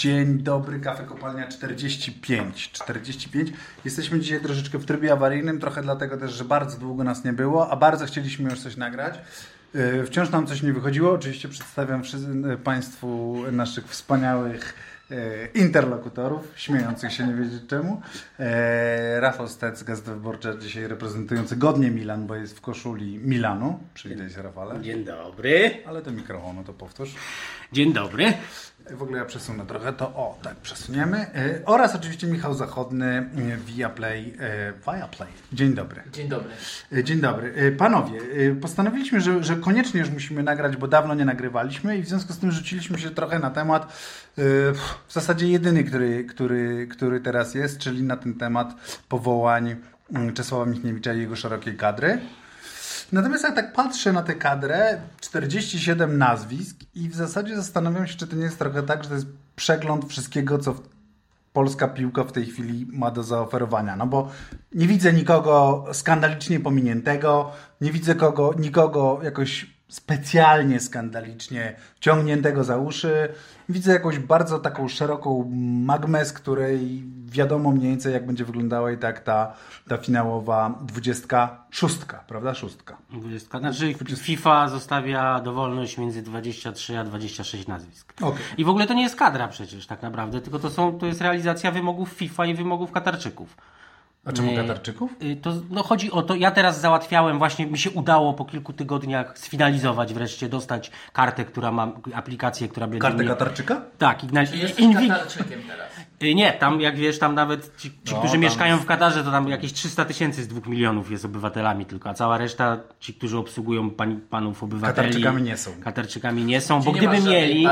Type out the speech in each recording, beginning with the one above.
Dzień dobry, Kafe Kopalnia 45. Jesteśmy dzisiaj troszeczkę w trybie awaryjnym, trochę dlatego też, że bardzo długo nas nie było, a bardzo chcieliśmy już coś nagrać. Wciąż nam coś nie wychodziło. Oczywiście przedstawiam Państwu naszych wspaniałych interlokutorów, śmiejących się nie wiedzieć czemu. Rafał Stec, Gazeta Wyborcza, dzisiaj reprezentujący godnie Milan, bo jest w koszuli Milanu. Przywitaj się, Rafale. Dzień dobry. Ale to mikrofon, no to powtórz. Dzień dobry. W ogóle ja przesunę trochę, to tak przesuniemy. Oraz oczywiście Michał Zachodny, Viaplay. Dzień dobry. Dzień dobry. Dzień dobry. Panowie, postanowiliśmy, że koniecznie już musimy nagrać, bo dawno nie nagrywaliśmy i w związku z tym rzuciliśmy się trochę na temat, w zasadzie jedyny, który teraz jest, czyli na ten temat powołań Czesława Michniewicza i jego szerokiej kadry. Natomiast ja tak patrzę na tę kadrę, 47 nazwisk i w zasadzie zastanawiam się, czy to nie jest trochę tak, że to jest przegląd wszystkiego, co polska piłka w tej chwili ma do zaoferowania. No bo nie widzę nikogo skandalicznie pominiętego, nie widzę nikogo jakoś specjalnie skandalicznie ciągniętego za uszy. Widzę jakąś bardzo taką szeroką magmę, z której wiadomo mniej więcej jak będzie wyglądała i tak ta finałowa 26, prawda? 20. Znaczy FIFA zostawia dowolność między 23 a 26 nazwisk. Okay. I w ogóle to nie jest kadra przecież tak naprawdę, tylko to jest realizacja wymogów FIFA i wymogów Katarczyków. A czemu Katarczyków? Chodzi o to, ja teraz załatwiałem, właśnie mi się udało po kilku tygodniach sfinalizować wreszcie, dostać kartę, która ma aplikację, która będzie... Kartę Katarczyka? Tak. Czy jesteś Katarczykiem teraz? Nie, tam jak wiesz, tam nawet ci którzy mieszkają w Katarze, to tam jakieś 300 000 z 2 milionów jest obywatelami tylko, a cała reszta, ci, którzy obsługują panów obywateli... Katarczykami nie są, bo gdyby mieli...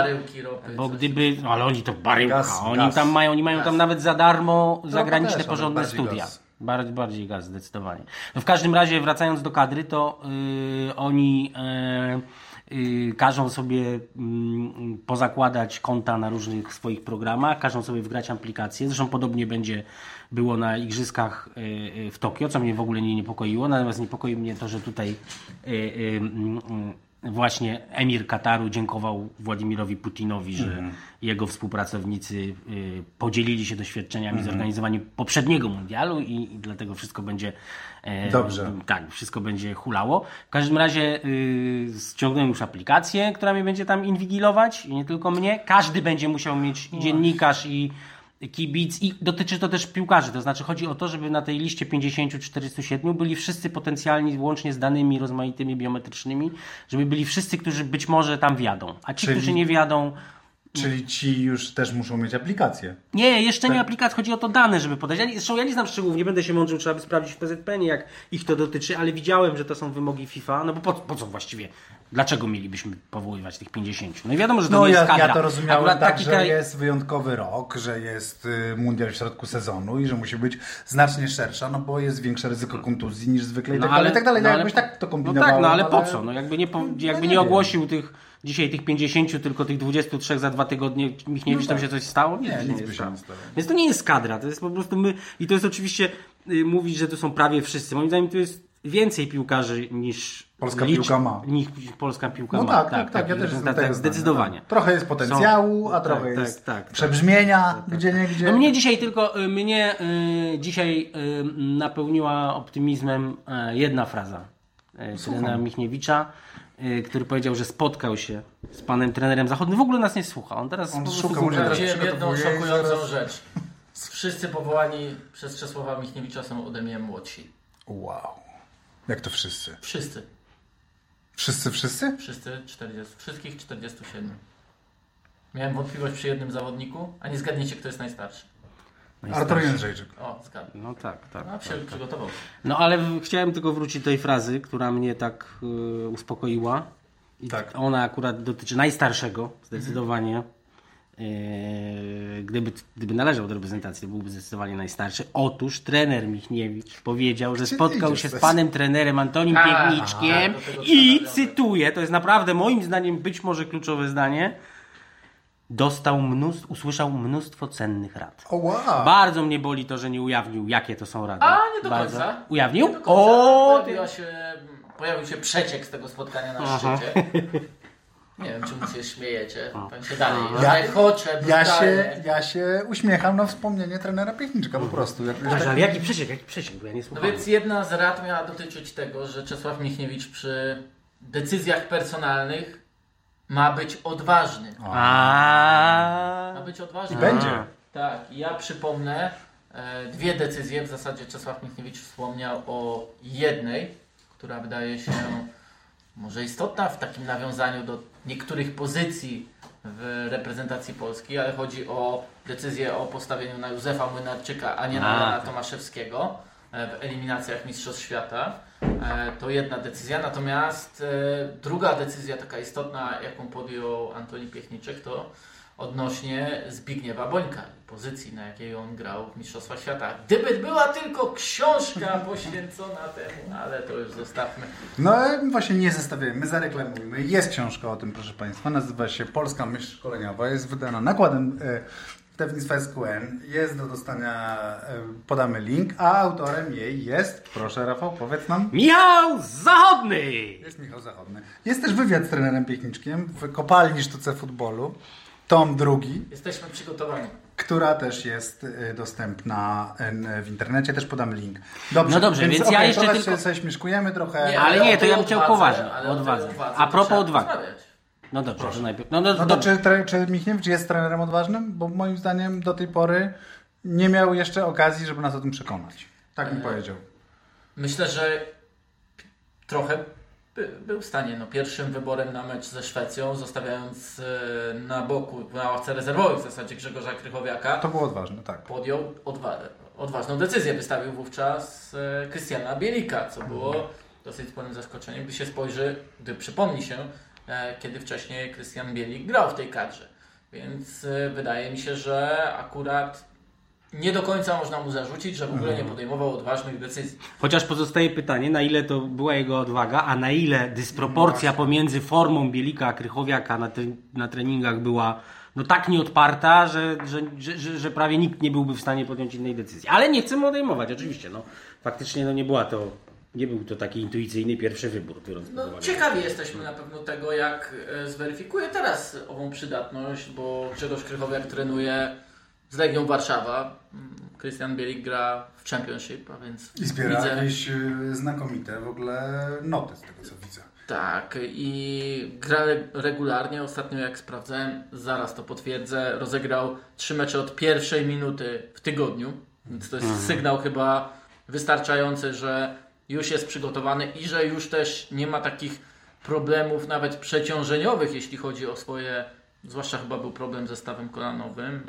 ale oni to baryłka, oni mają tam nawet za darmo zagraniczne porządne studia. Bardziej gaz, zdecydowanie. No w każdym razie, wracając do kadry, to oni... każą sobie pozakładać konta na różnych swoich programach, każą sobie wgrać aplikacje. Zresztą podobnie było na igrzyskach w Tokio, co mnie w ogóle nie niepokoiło. Natomiast niepokoi mnie to, że tutaj właśnie emir Kataru dziękował Władimirowi Putinowi, że jego współpracownicy podzielili się doświadczeniami z organizowaniem poprzedniego mundialu i dlatego wszystko będzie dobrze. Tak, wszystko będzie hulało. W każdym razie ściągnąłem już aplikację, która mnie będzie tam inwigilować i nie tylko mnie. Każdy będzie musiał mieć dziennikarz i kibic i dotyczy to też piłkarzy. To znaczy chodzi o to, żeby na tej liście 50-47 byli wszyscy potencjalni, łącznie z danymi rozmaitymi biometrycznymi, żeby byli wszyscy, którzy być może tam wjadą. A ci, którzy nie wjadą... Czyli ci już też muszą mieć aplikację? Nie, jeszcze nie aplikację, chodzi o to dane, żeby podać. Zresztą ja nie znam szczegółów, nie będę się mądrzył, trzeba by sprawdzić w PZPN, jak ich to dotyczy, ale widziałem, że to są wymogi FIFA, no bo po co właściwie? Dlaczego mielibyśmy powoływać tych 50? No i wiadomo, że to nie jest kadra. Ja to rozumiałem tak, że jest wyjątkowy rok, że jest mundial w środku sezonu i że musi być znacznie szersza, no bo jest większe ryzyko kontuzji niż zwykle i tak dalej. Jakbyś tak to kombinował. Ale po co? No jakby nie ogłosił dzisiaj tych 50, tylko tych 23 za 2 tygodnie Michniewicz, tam się coś stało? Nie, nic by się nie stało. Więc to nie jest kadra, to jest po prostu my i to jest oczywiście mówić, że to są prawie wszyscy. Moim zdaniem to jest więcej piłkarzy niż piłka ma. Niż polska piłka ma. ma. Tak, ja też tak, zdecydowanie. Trochę jest potencjału, a trochę jest przebrzmienia gdzieniegdzie. No mnie dzisiaj napełniła optymizmem jedna fraza trenera Michniewicza, który powiedział, że spotkał się z panem trenerem Zachodnym. W ogóle nas nie słucha. On teraz Powiedziałem jedną szokującą rzecz. Wszyscy powołani przez Czesława Michniewicza są ode mnie młodsi. Wow. Jak to wszyscy? Wszyscy? Wszyscy? Wszyscy 40. Wszystkich 47. Miałem wątpliwość przy jednym zawodniku, a nie zgadniecie, kto jest najstarszy. Artur Jędrzejczyk. O, zgadnę. No tak. Przygotował. No ale chciałem tylko wrócić do tej frazy, która mnie tak uspokoiła. I ona akurat dotyczy najstarszego, zdecydowanie. Gdyby należał do reprezentacji, to byłby zdecydowanie najstarszy. Otóż trener Michniewicz powiedział, że spotkał się z panem trenerem Antonim Piechniczkiem i cytuję, to jest naprawdę moim zdaniem być może kluczowe zdanie, usłyszał mnóstwo cennych rad. Wow. Bardzo mnie boli to, że nie ujawnił, jakie to są rady. A, nie do końca. Ujawnił? Nie do końca. Pojawił się przeciek z tego spotkania na szczycie. Nie wiem, czemu się śmiejecie. Pan się dalej rechocze. Ja się uśmiecham na wspomnienie trenera Piechniczka po prostu. Ale jaki przeciek, bo ja nie słuchałem. No więc jedna z rad miała dotyczyć tego, że Czesław Michniewicz przy decyzjach personalnych ma być odważny. Ma być odważny. I będzie. Tak, ja przypomnę 2 decyzje. W zasadzie Czesław Michniewicz wspomniał o jednej, która wydaje się może istotna w takim nawiązaniu do niektórych pozycji w reprezentacji Polski, ale chodzi o decyzję o postawieniu na Józefa Młynarczyka, a nie na Jana Tomaszewskiego w eliminacjach Mistrzostw Świata. To jedna decyzja, natomiast druga decyzja taka istotna, jaką podjął Antoni Piechniczek, to odnośnie Zbigniewa Bońka, pozycji, na jakiej on grał w Mistrzostwach Świata. Gdyby była tylko książka poświęcona temu, ale to już zostawmy. No właśnie nie zostawiamy, my zareklamujmy. Jest książka o tym, proszę Państwa, nazywa się Polska Myśl Szkoleniowa, jest wydana nakładem wydawnictwa SQN, jest do dostania, podamy link, a autorem jej jest, proszę Rafał, powiedz nam. Michał Zachodny! Jest Michał Zachodny. Jest też wywiad z trenerem Piechniczkiem w kopalni Sztuce Futbolu. Tom 2. Jesteśmy przygotowani. Która też jest dostępna w internecie, też podamy link. Dobrze, no dobrze, więc ja jeszcze tylko... sobie śmieszkujemy trochę. Nie, ale nie, to ja bym chciał poważnie. Odwadze. A propos odwagi. No dobrze, to najpierw. Czy Michniewicz jest trenerem odważnym? Bo moim zdaniem do tej pory nie miał jeszcze okazji, żeby nas o tym przekonać. Tak mi powiedział. Myślę, że trochę był w stanie. Pierwszym wyborem na mecz ze Szwecją, zostawiając na boku, na ławce rezerwowej w zasadzie Grzegorza Krychowiaka. To było odważne, tak. Podjął odważną decyzję. Wystawił wówczas Krystiana Bielika, co było dosyć sporym zaskoczeniem, gdy przypomni się, kiedy wcześniej Krystian Bielik grał w tej kadrze. Więc wydaje mi się, że akurat nie do końca można mu zarzucić, że w ogóle nie podejmował odważnych decyzji. Chociaż pozostaje pytanie, na ile to była jego odwaga, a na ile dysproporcja pomiędzy formą Bielika a Krychowiaka na treningach była tak nieodparta, że prawie nikt nie byłby w stanie podjąć innej decyzji. Ale nie chcemy odejmować, oczywiście. Faktycznie nie był to taki intuicyjny pierwszy wybór. Ciekawi jesteśmy na pewno tego, jak zweryfikuje teraz ową przydatność, bo Grzegorz Krychowiak trenuje z Legią Warszawa. Krystian Bielik gra w Championship, a więc i zbiera jakieś znakomite w ogóle noty z tego, co widzę. Tak, i gra regularnie. Ostatnio, jak sprawdzałem, zaraz to potwierdzę, rozegrał 3 mecze od pierwszej minuty w tygodniu. Więc to jest sygnał chyba wystarczający, że już jest przygotowany i że już też nie ma takich problemów nawet przeciążeniowych, jeśli chodzi o swoje, zwłaszcza chyba był problem ze stawem kolanowym.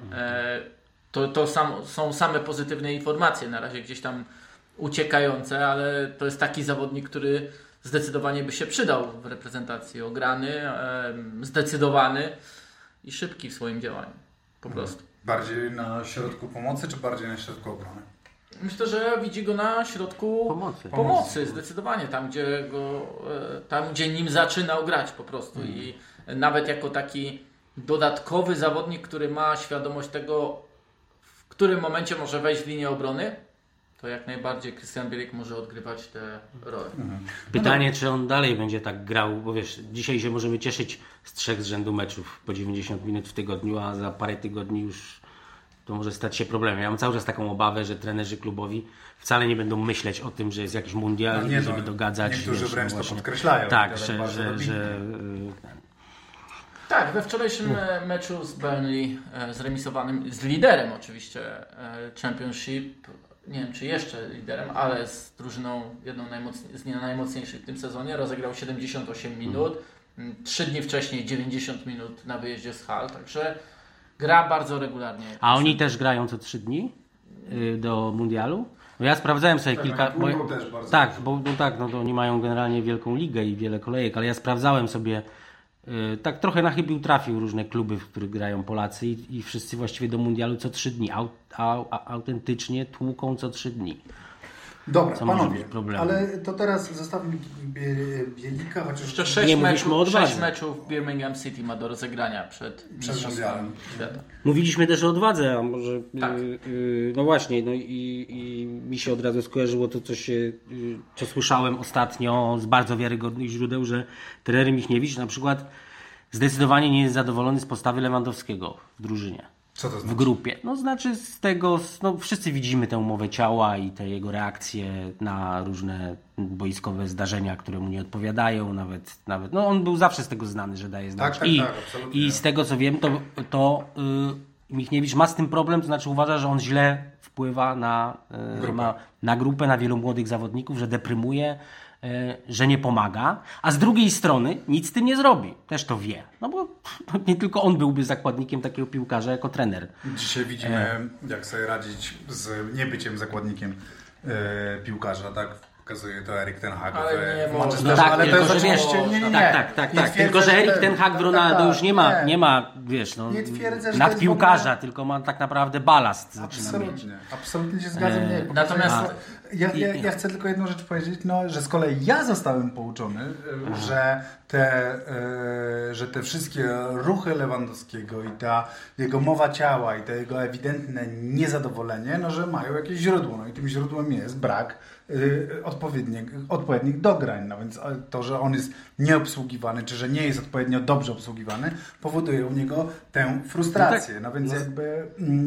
Są same pozytywne informacje, na razie gdzieś tam uciekające, ale to jest taki zawodnik, który zdecydowanie by się przydał w reprezentacji. Ograny, zdecydowany i szybki w swoim działaniu. Po prostu. Bardziej na środku pomocy, czy bardziej na środku obrony? Myślę, że widzi go na środku pomocy. Zdecydowanie. Tam, gdzie nim zaczynał grać po prostu. I nawet jako taki dodatkowy zawodnik, który ma świadomość tego, w którym momencie może wejść w linię obrony, to jak najbardziej Krystian Bielik może odgrywać te role. Pytanie, czy on dalej będzie tak grał, bo wiesz, dzisiaj się możemy cieszyć z 3 z rzędu meczów po 90 minut w tygodniu, a za parę tygodni już to może stać się problemem. Ja mam cały czas taką obawę, że trenerzy klubowi wcale nie będą myśleć o tym, że jest jakiś mundial, żeby dogadzać. Niektórzy wręcz to podkreślają. Tak, Tak, we wczorajszym meczu z Burnley, zremisowanym z liderem oczywiście Championship, nie wiem czy jeszcze liderem, ale z drużyną jedną z najmocniejszych w tym sezonie, rozegrał 78 minut, 3 dni wcześniej 90 minut na wyjeździe z Hull, także gra bardzo regularnie. A oni też grają co 3 dni do mundialu? No ja sprawdzałem sobie kilka... to oni mają generalnie wielką ligę i wiele kolejek, ale ja sprawdzałem sobie, tak trochę na chybił trafił różne kluby, w których grają Polacy i wszyscy właściwie do mundialu co 3 dni. Autentycznie tłuką co 3 dni. Dobra, panowie, ale to teraz zostawmy Bielika, chociaż jeszcze 6 meczów Birmingham City ma do rozegrania przed Mistrzostwami Świata. Mówiliśmy też o odwadze, a może tak. No właśnie, i mi się od razu skojarzyło to, co słyszałem ostatnio z bardzo wiarygodnych źródeł, że trener Michniewicz na przykład zdecydowanie nie jest zadowolony z postawy Lewandowskiego w drużynie. Co to znaczy? W grupie. No znaczy z tego, no wszyscy widzimy tę umowę ciała i te jego reakcje na różne boiskowe zdarzenia, które mu nie odpowiadają, nawet no on był zawsze z tego znany, że daje znać. Tak, absolutnie. I z tego co wiem, to Michniewicz ma z tym problem, to znaczy uważa, że on źle wpływa na grupę, na wielu młodych zawodników, że deprymuje, że nie pomaga, a z drugiej strony nic z tym nie zrobi. Też to wie. No bo nie tylko on byłby zakładnikiem takiego piłkarza jako trener. Dzisiaj widzimy, jak sobie radzić z niebyciem zakładnikiem piłkarza, tak? Pokazuje to Erik ten Hag w Manchesterze, ale to jest oczywiście... Tak. Tylko, że Erik ten Hag w Ronaldo już nie ma, wiesz, no, nad piłkarza, tylko ma tak naprawdę balast. Absolutnie się zgadzam. Natomiast ja chcę tylko jedną rzecz powiedzieć, że z kolei ja zostałem pouczony, że te wszystkie ruchy Lewandowskiego i ta jego mowa ciała i to jego ewidentne niezadowolenie, że mają jakieś źródło. No i tym źródłem jest brak odpowiednich dograń. No więc to, że on jest nieobsługiwany, czy że nie jest odpowiednio dobrze obsługiwany, powoduje u niego tę frustrację. No więc jakby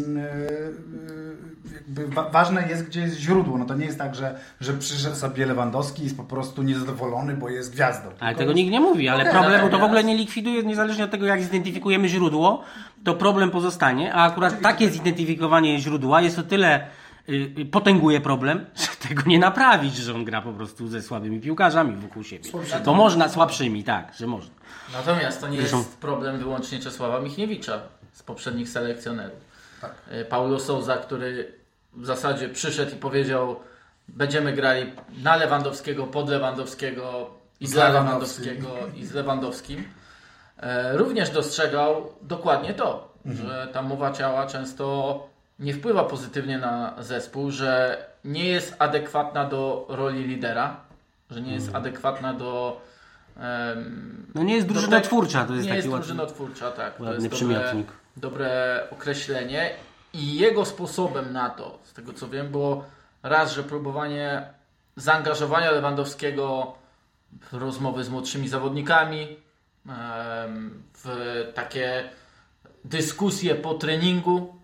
ważne jest, gdzie jest źródło. No to nie jest tak, że przyszedł sobie Lewandowski i jest po prostu niezadowolony, bo jest gwiazdą. Ale tego nikt nie mówi, ale problemu to w ogóle nie likwiduje, niezależnie od tego, jak zidentyfikujemy źródło, to problem pozostanie, a akurat takie zidentyfikowanie źródła jest o tyle potęguje problem, że tego nie naprawić, że on gra po prostu ze słabymi piłkarzami wokół siebie. To można, słabszymi, tak, że można. Natomiast to nie jest problem wyłącznie Czesława Michniewicza z poprzednich selekcjonerów. Tak. Paulo Sousa, który w zasadzie przyszedł i powiedział, będziemy grali na Lewandowskiego, pod Lewandowskiego i dla Lewandowskiego i z Lewandowskim, również dostrzegał dokładnie to, że ta mowa ciała często nie wpływa pozytywnie na zespół, że nie jest adekwatna do roli lidera, że nie jest adekwatna do... nie jest drużynotwórcza, to jest nie taki jest drużynotwórcza, tak. To jest przymiotnik. Dobre określenie. I jego sposobem na to, z tego co wiem, było raz, że próbowanie zaangażowania Lewandowskiego w rozmowy z młodszymi zawodnikami, w takie dyskusje po treningu,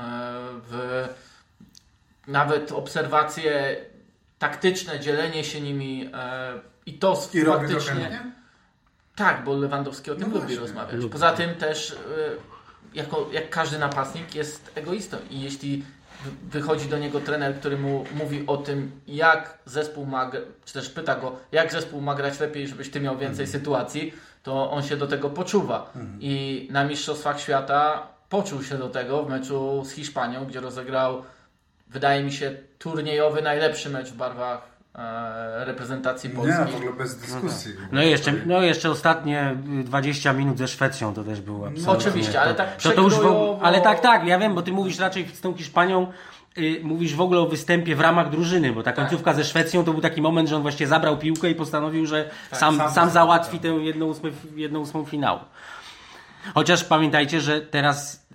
nawet obserwacje taktyczne, dzielenie się i to faktycznie... Tak, bo Lewandowski o tym lubi rozmawiać. Poza tym też jak każdy napastnik jest egoistą i jeśli wychodzi do niego trener, który mu mówi o tym, jak zespół ma, czy też pyta go, jak zespół ma grać lepiej, żebyś ty miał więcej sytuacji, to on się do tego poczuwa. I na Mistrzostwach Świata poczuł się do tego w meczu z Hiszpanią, gdzie rozegrał, wydaje mi się, turniejowy najlepszy mecz w barwach reprezentacji Polski. Nie, w ogóle bez dyskusji. No jeszcze ostatnie 20 minut ze Szwecją to też było absolutnie. Oczywiście, ale tak ale tak, ja wiem, bo ty mówisz raczej z tą Hiszpanią, mówisz w ogóle o występie w ramach drużyny, bo ta końcówka ze Szwecją to był taki moment, że on właśnie zabrał piłkę i postanowił, że sam załatwi tę 1/8 finału. Chociaż pamiętajcie, że teraz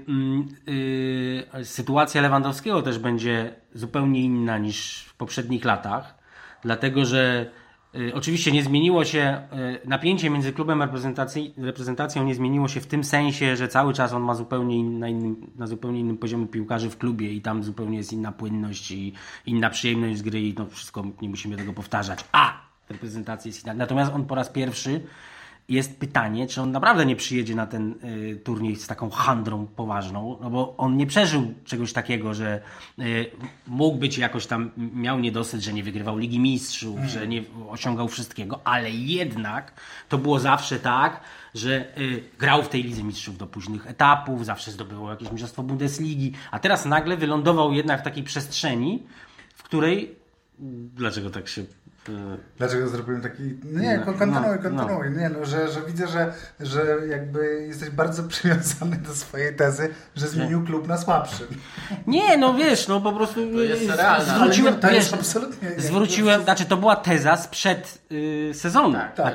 sytuacja Lewandowskiego też będzie zupełnie inna niż w poprzednich latach, dlatego że oczywiście nie zmieniło się, napięcie między klubem a reprezentacją nie zmieniło się w tym sensie, że cały czas on ma na zupełnie innym poziomie piłkarzy w klubie i tam zupełnie jest inna płynność i inna przyjemność z gry i no wszystko, nie musimy tego powtarzać. Reprezentacja jest inna. Natomiast on po raz pierwszy jest pytanie, czy on naprawdę nie przyjedzie na ten turniej z taką handrą poważną, no bo on nie przeżył czegoś takiego, że mógł być jakoś tam, miał niedosyt, że nie wygrywał Ligi Mistrzów, że nie osiągał wszystkiego, ale jednak to było zawsze tak, że grał w tej Lidze Mistrzów do późnych etapów, zawsze zdobywał jakieś mistrzostwo Bundesligi, a teraz nagle wylądował jednak w takiej przestrzeni, w której... Dlaczego tak się... Dlaczego zrobiłem taki... Nie, kontynuuj. Nie, że widzę, że jakby jesteś bardzo przywiązany do swojej tezy, że zmienił klub na słabszy. Nie, no wiesz, no po prostu to jest realne. Zwróciłem, to jest absolutnie... Znaczy to była teza sprzed sezonu. Tak,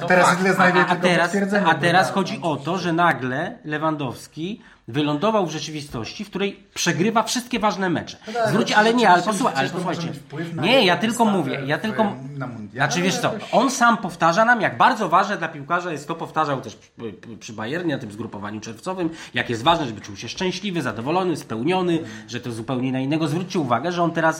a teraz chodzi o to, że nagle Lewandowski wylądował w rzeczywistości, w której przegrywa wszystkie ważne mecze. Ale posłuchajcie. Nie, ja tylko mówię, na mundial. Znaczy wiesz co, on sam powtarza nam, jak bardzo ważne dla piłkarza jest to, powtarzał też przy Bayernie na tym zgrupowaniu czerwcowym, jak jest ważne, żeby czuł się szczęśliwy, zadowolony, spełniony, że to zupełnie na innego. Zwróćcie uwagę, że on teraz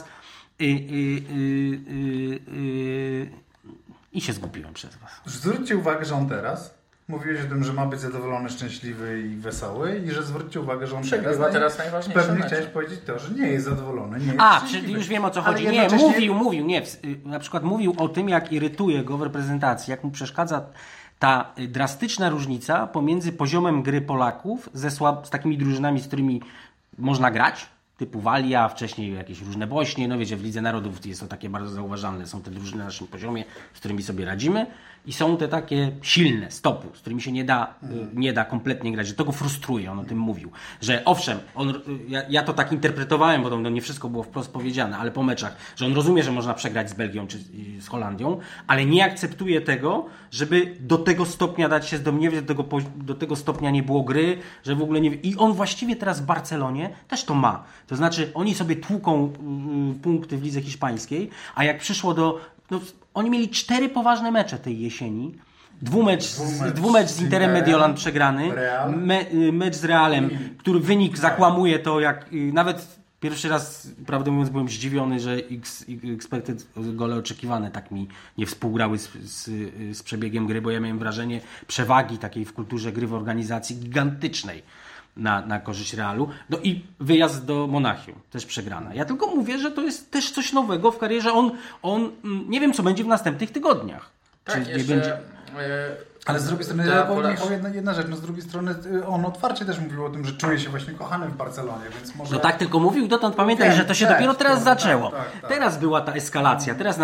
i się zgubiłem przez was. Zwróćcie uwagę, że on teraz mówiłeś o tym, że ma być zadowolony, szczęśliwy i wesoły i że zwróćcie uwagę, że on teraz najważniejsze pewnie chciałeś powiedzieć to, że nie jest zadowolony, nie jest szczęśliwy. Czyli już wiem, o co chodzi. Nie, mówił, na przykład mówił o tym, jak irytuje go w reprezentacji, jak mu przeszkadza ta drastyczna różnica pomiędzy poziomem gry Polaków z takimi drużynami, z którymi można grać, typu Walia, wcześniej jakieś różne Bośnie, no wiecie, w Lidze Narodów jest to takie bardzo zauważalne, są te drużyny na naszym poziomie, z którymi sobie radzimy i są te takie silne, stopu, z którymi się nie da kompletnie grać, że to go frustruje, on o tym mówił, że owszem, ja to tak interpretowałem, bo to nie wszystko było wprost powiedziane, ale po meczach, że on rozumie, że można przegrać z Belgią czy z Holandią, ale nie akceptuje tego, żeby do tego stopnia dać się zdomniewać, do tego stopnia nie było gry, że w ogóle nie... I on właściwie teraz w Barcelonie też to ma. To znaczy, oni sobie tłuką punkty w lidze hiszpańskiej, a jak przyszło do... No, oni mieli 4 poważne mecze tej jesieni. Dwumecz z Interem Mediolan przegrany, mecz z Realem, który wynik zakłamuje to, jak nawet pierwszy raz, prawdę mówiąc, byłem zdziwiony, że expected gole oczekiwane tak mi nie współgrały z przebiegiem gry, bo ja miałem wrażenie przewagi takiej w kulturze gry w organizacji gigantycznej na korzyść Realu. No i wyjazd do Monachium, też przegrana. Ja tylko mówię, że to jest też coś nowego w karierze. On nie wiem, co będzie w następnych tygodniach. Tak, czy jeszcze... nie będzie... Ale z drugiej strony, jedna rzecz, no z drugiej strony on otwarcie też mówił o tym, że czuje się właśnie kochanym w Barcelonie, więc może... No tak tylko mówił, dotąd pamiętaj, że to się dopiero teraz zaczęło. Tak. Teraz była ta eskalacja, teraz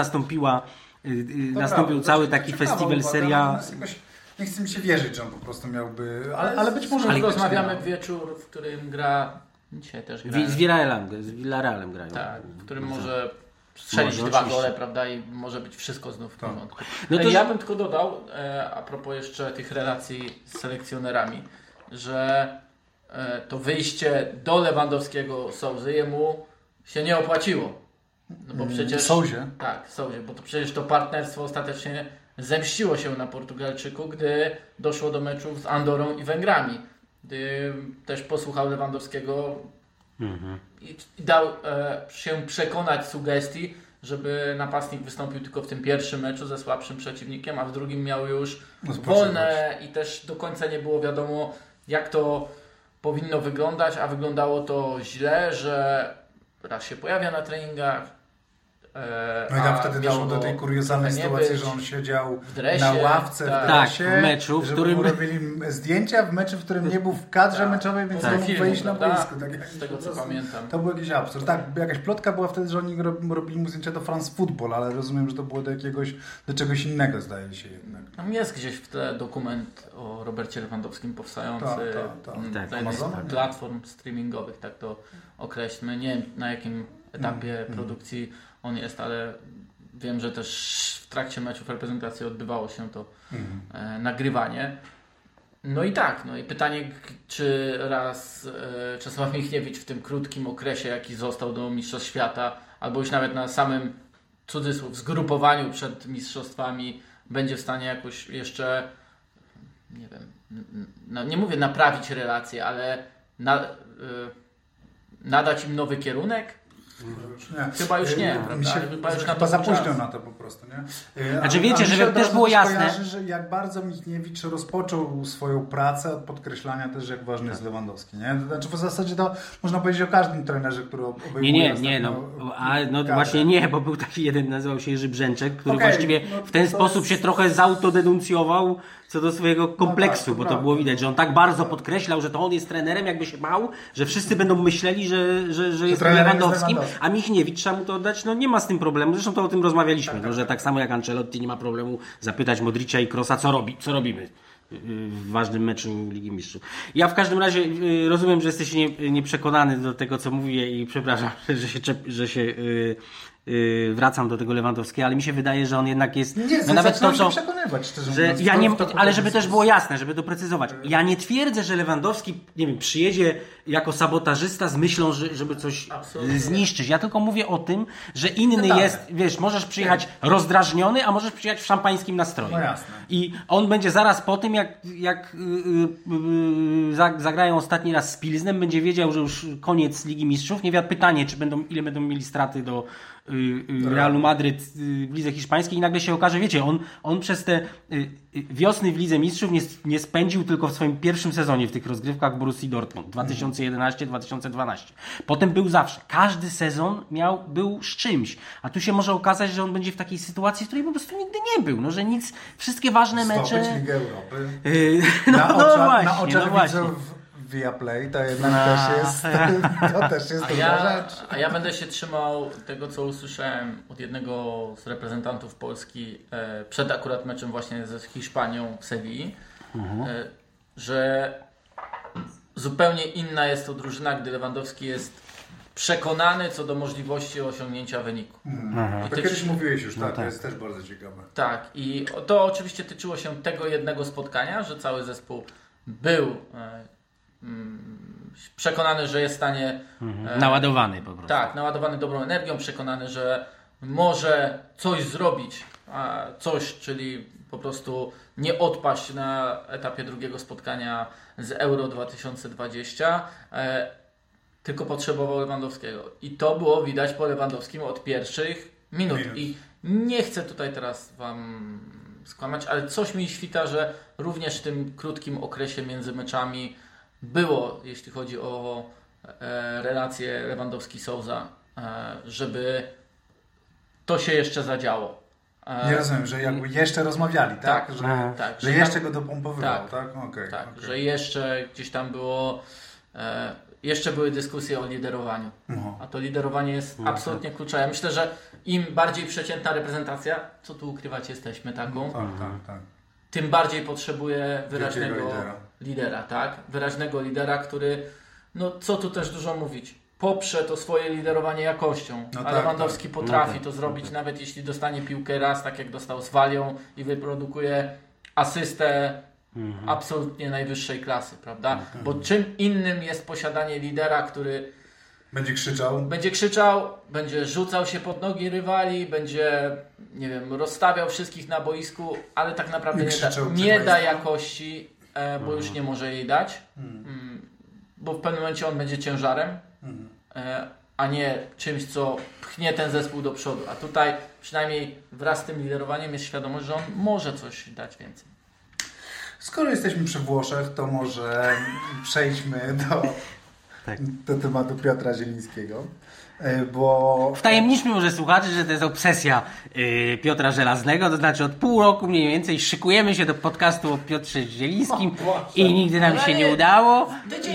nastąpił cały taki festiwal, seria... Nie chcę mi się wierzyć, że on po prostu miałby... Ale być może... Ale rozmawiamy w wieczór, w którym gra... Dzisiaj też gra... Z Villarrealem grają. Tak, w którym może strzelić 2 gole, prawda, i może być wszystko znów w porządku. No to ja bym tylko dodał, a propos jeszcze tych relacji z selekcjonerami, że to wyjście do Lewandowskiego Souzy jemu się nie opłaciło. No bo przecież... Souzie? Tak, Souzie, bo to przecież to partnerstwo ostatecznie zemściło się na Portugalczyku, gdy doszło do meczów z Andorą i Węgrami. Gdy też posłuchał Lewandowskiego i dał się przekonać sugestii, żeby napastnik wystąpił tylko w tym pierwszym meczu ze słabszym przeciwnikiem, a w drugim miał już wolne i też do końca nie było wiadomo, jak to powinno wyglądać, a wyglądało to źle, że raz się pojawia na treningach. No i tam wtedy doszło do tej kuriozalnej sytuacji, że on siedział na ławce w dresie, w meczu, w którym robili zdjęcia w meczu, w którym nie był w kadrze meczowej, więc nie mógł wejść na boisko. Tak, z tego co pamiętam. To był jakiś absurd. Tak, jakaś plotka była wtedy, że oni robili mu zdjęcia do France Football, ale rozumiem, że to było do czegoś innego, zdaje się jednak. Tam jest gdzieś w tle dokument o Robercie Lewandowskim powstający na jednej z platform streamingowych, tak to określmy. Nie wiem, na jakim etapie produkcji on jest, ale wiem, że też w trakcie meczów reprezentacji odbywało się to nagrywanie. No i tak, no i pytanie, czy raz Czesław Michniewicz w tym krótkim okresie, jaki został do Mistrzostw Świata, albo już nawet na samym cudzysłów zgrupowaniu przed mistrzostwami będzie w stanie jakoś jeszcze, nie wiem, no nie mówię naprawić relacje, ale nadać im nowy kierunek? Chyba już nie. Chyba za późno na to po prostu, nie? Znaczy wiecie, żeby też było jasne. Kojarzy, że jak bardzo Michniewicz rozpoczął swoją pracę od podkreślania też, jak ważny jest Lewandowski, nie? Znaczy w zasadzie to można powiedzieć o każdym trenerze, który obejmuje... No właśnie nie, bo był taki jeden, nazywał się Jerzy Brzęczek, który właściwie w ten sposób się trochę zautodenuncjował co do swojego kompleksu, bo to było widać, że on tak bardzo podkreślał, że to on jest trenerem, jakby się bał, że wszyscy będą myśleli, że jest Lewandowskim, a Michniewicz, trzeba mu to oddać, no nie ma z tym problemu, zresztą to o tym rozmawialiśmy, że tak samo jak Ancelotti nie ma problemu zapytać Modricza i Krosa, co robimy w ważnym meczu Ligi Mistrzów. Ja w każdym razie rozumiem, że jesteś nieprzekonany do tego, co mówię i przepraszam, że się wracam do tego Lewandowskiego, ale mi się wydaje, że on jednak jest... Nie, no nawet to, co, przekonywać, szczerze mówiąc. Ale żeby też było jasne, żeby doprecyzować. Ja nie twierdzę, że Lewandowski, nie wiem, przyjedzie jako sabotażysta z myślą, żeby coś zniszczyć. Ja tylko mówię o tym, że inny jest, wiesz, możesz przyjechać rozdrażniony, a możesz przyjechać w szampańskim nastroju. No jasne. I on będzie zaraz po tym, jak zagrają ostatni raz z Pilznem, będzie wiedział, że już koniec Ligi Mistrzów. Nie wiem, pytanie, ile będą mieli straty do Realu Madryt w lidze hiszpańskiej i nagle się okaże, wiecie, on przez te wiosny w Lidze Mistrzów nie spędził tylko w swoim pierwszym sezonie w tych rozgrywkach Borussii Dortmund 2011-2012. Potem był zawsze. Każdy sezon był z czymś. A tu się może okazać, że on będzie w takiej sytuacji, w której po prostu nigdy nie był. No, że nic, wszystkie ważne mecze... Ligę Europy. Na oczach widzów Viaplay, to jednak też jest dobra rzecz. A ja będę się trzymał tego, co usłyszałem od jednego z reprezentantów Polski przed akurat meczem właśnie ze Hiszpanią w Sewilli, że zupełnie inna jest to drużyna, gdy Lewandowski jest przekonany co do możliwości osiągnięcia wyniku. To kiedyś mówiłeś już, tak, to jest też bardzo ciekawe. Tak, i to oczywiście tyczyło się tego jednego spotkania, że cały zespół był przekonany, że jest w stanie... naładowany po prostu. Tak, naładowany dobrą energią, przekonany, że może coś zrobić, czyli po prostu nie odpaść na etapie drugiego spotkania z Euro 2020, tylko potrzebował Lewandowskiego. I to było widać po Lewandowskim od pierwszych minut. I nie chcę tutaj teraz Wam skłamać, ale coś mi świta, że również w tym krótkim okresie między meczami było, jeśli chodzi o relację Lewandowski-Souza, żeby to się jeszcze zadziało. Nie rozumiem, że jakby jeszcze rozmawiali, tak? Że jeszcze go dopompowywał, tak? Że jeszcze gdzieś tam było, jeszcze były dyskusje o liderowaniu. A to liderowanie jest absolutnie kluczowe. Ja myślę, że im bardziej przeciętna reprezentacja, co tu ukrywać, jesteśmy taką, tym bardziej potrzebuje wyraźnego lidera, tak? Wyraźnego lidera, który, no co tu też dużo mówić, poprze to swoje liderowanie jakością. A Lewandowski potrafi to zrobić, nawet jeśli dostanie piłkę raz, tak jak dostał z Walią i wyprodukuje asystę absolutnie najwyższej klasy, prawda? Bo czym innym jest posiadanie lidera, który będzie krzyczał, będzie rzucał się pod nogi rywali, będzie, nie wiem, rozstawiał wszystkich na boisku, ale tak naprawdę nie da jakości, bo już nie może jej dać, bo w pewnym momencie on będzie ciężarem, a nie czymś, co pchnie ten zespół do przodu. A tutaj przynajmniej wraz z tym liderowaniem jest świadomość, że on może coś dać więcej. Skoro jesteśmy przy Włoszech, to może przejdźmy do tematu Piotra Zielińskiego. Bo... Wtajemniczmy może słuchaczy, że to jest obsesja Piotra Żelaznego, to znaczy od pół roku mniej więcej szykujemy się do podcastu o Piotrze Zielińskim i nigdy nam się nie udało.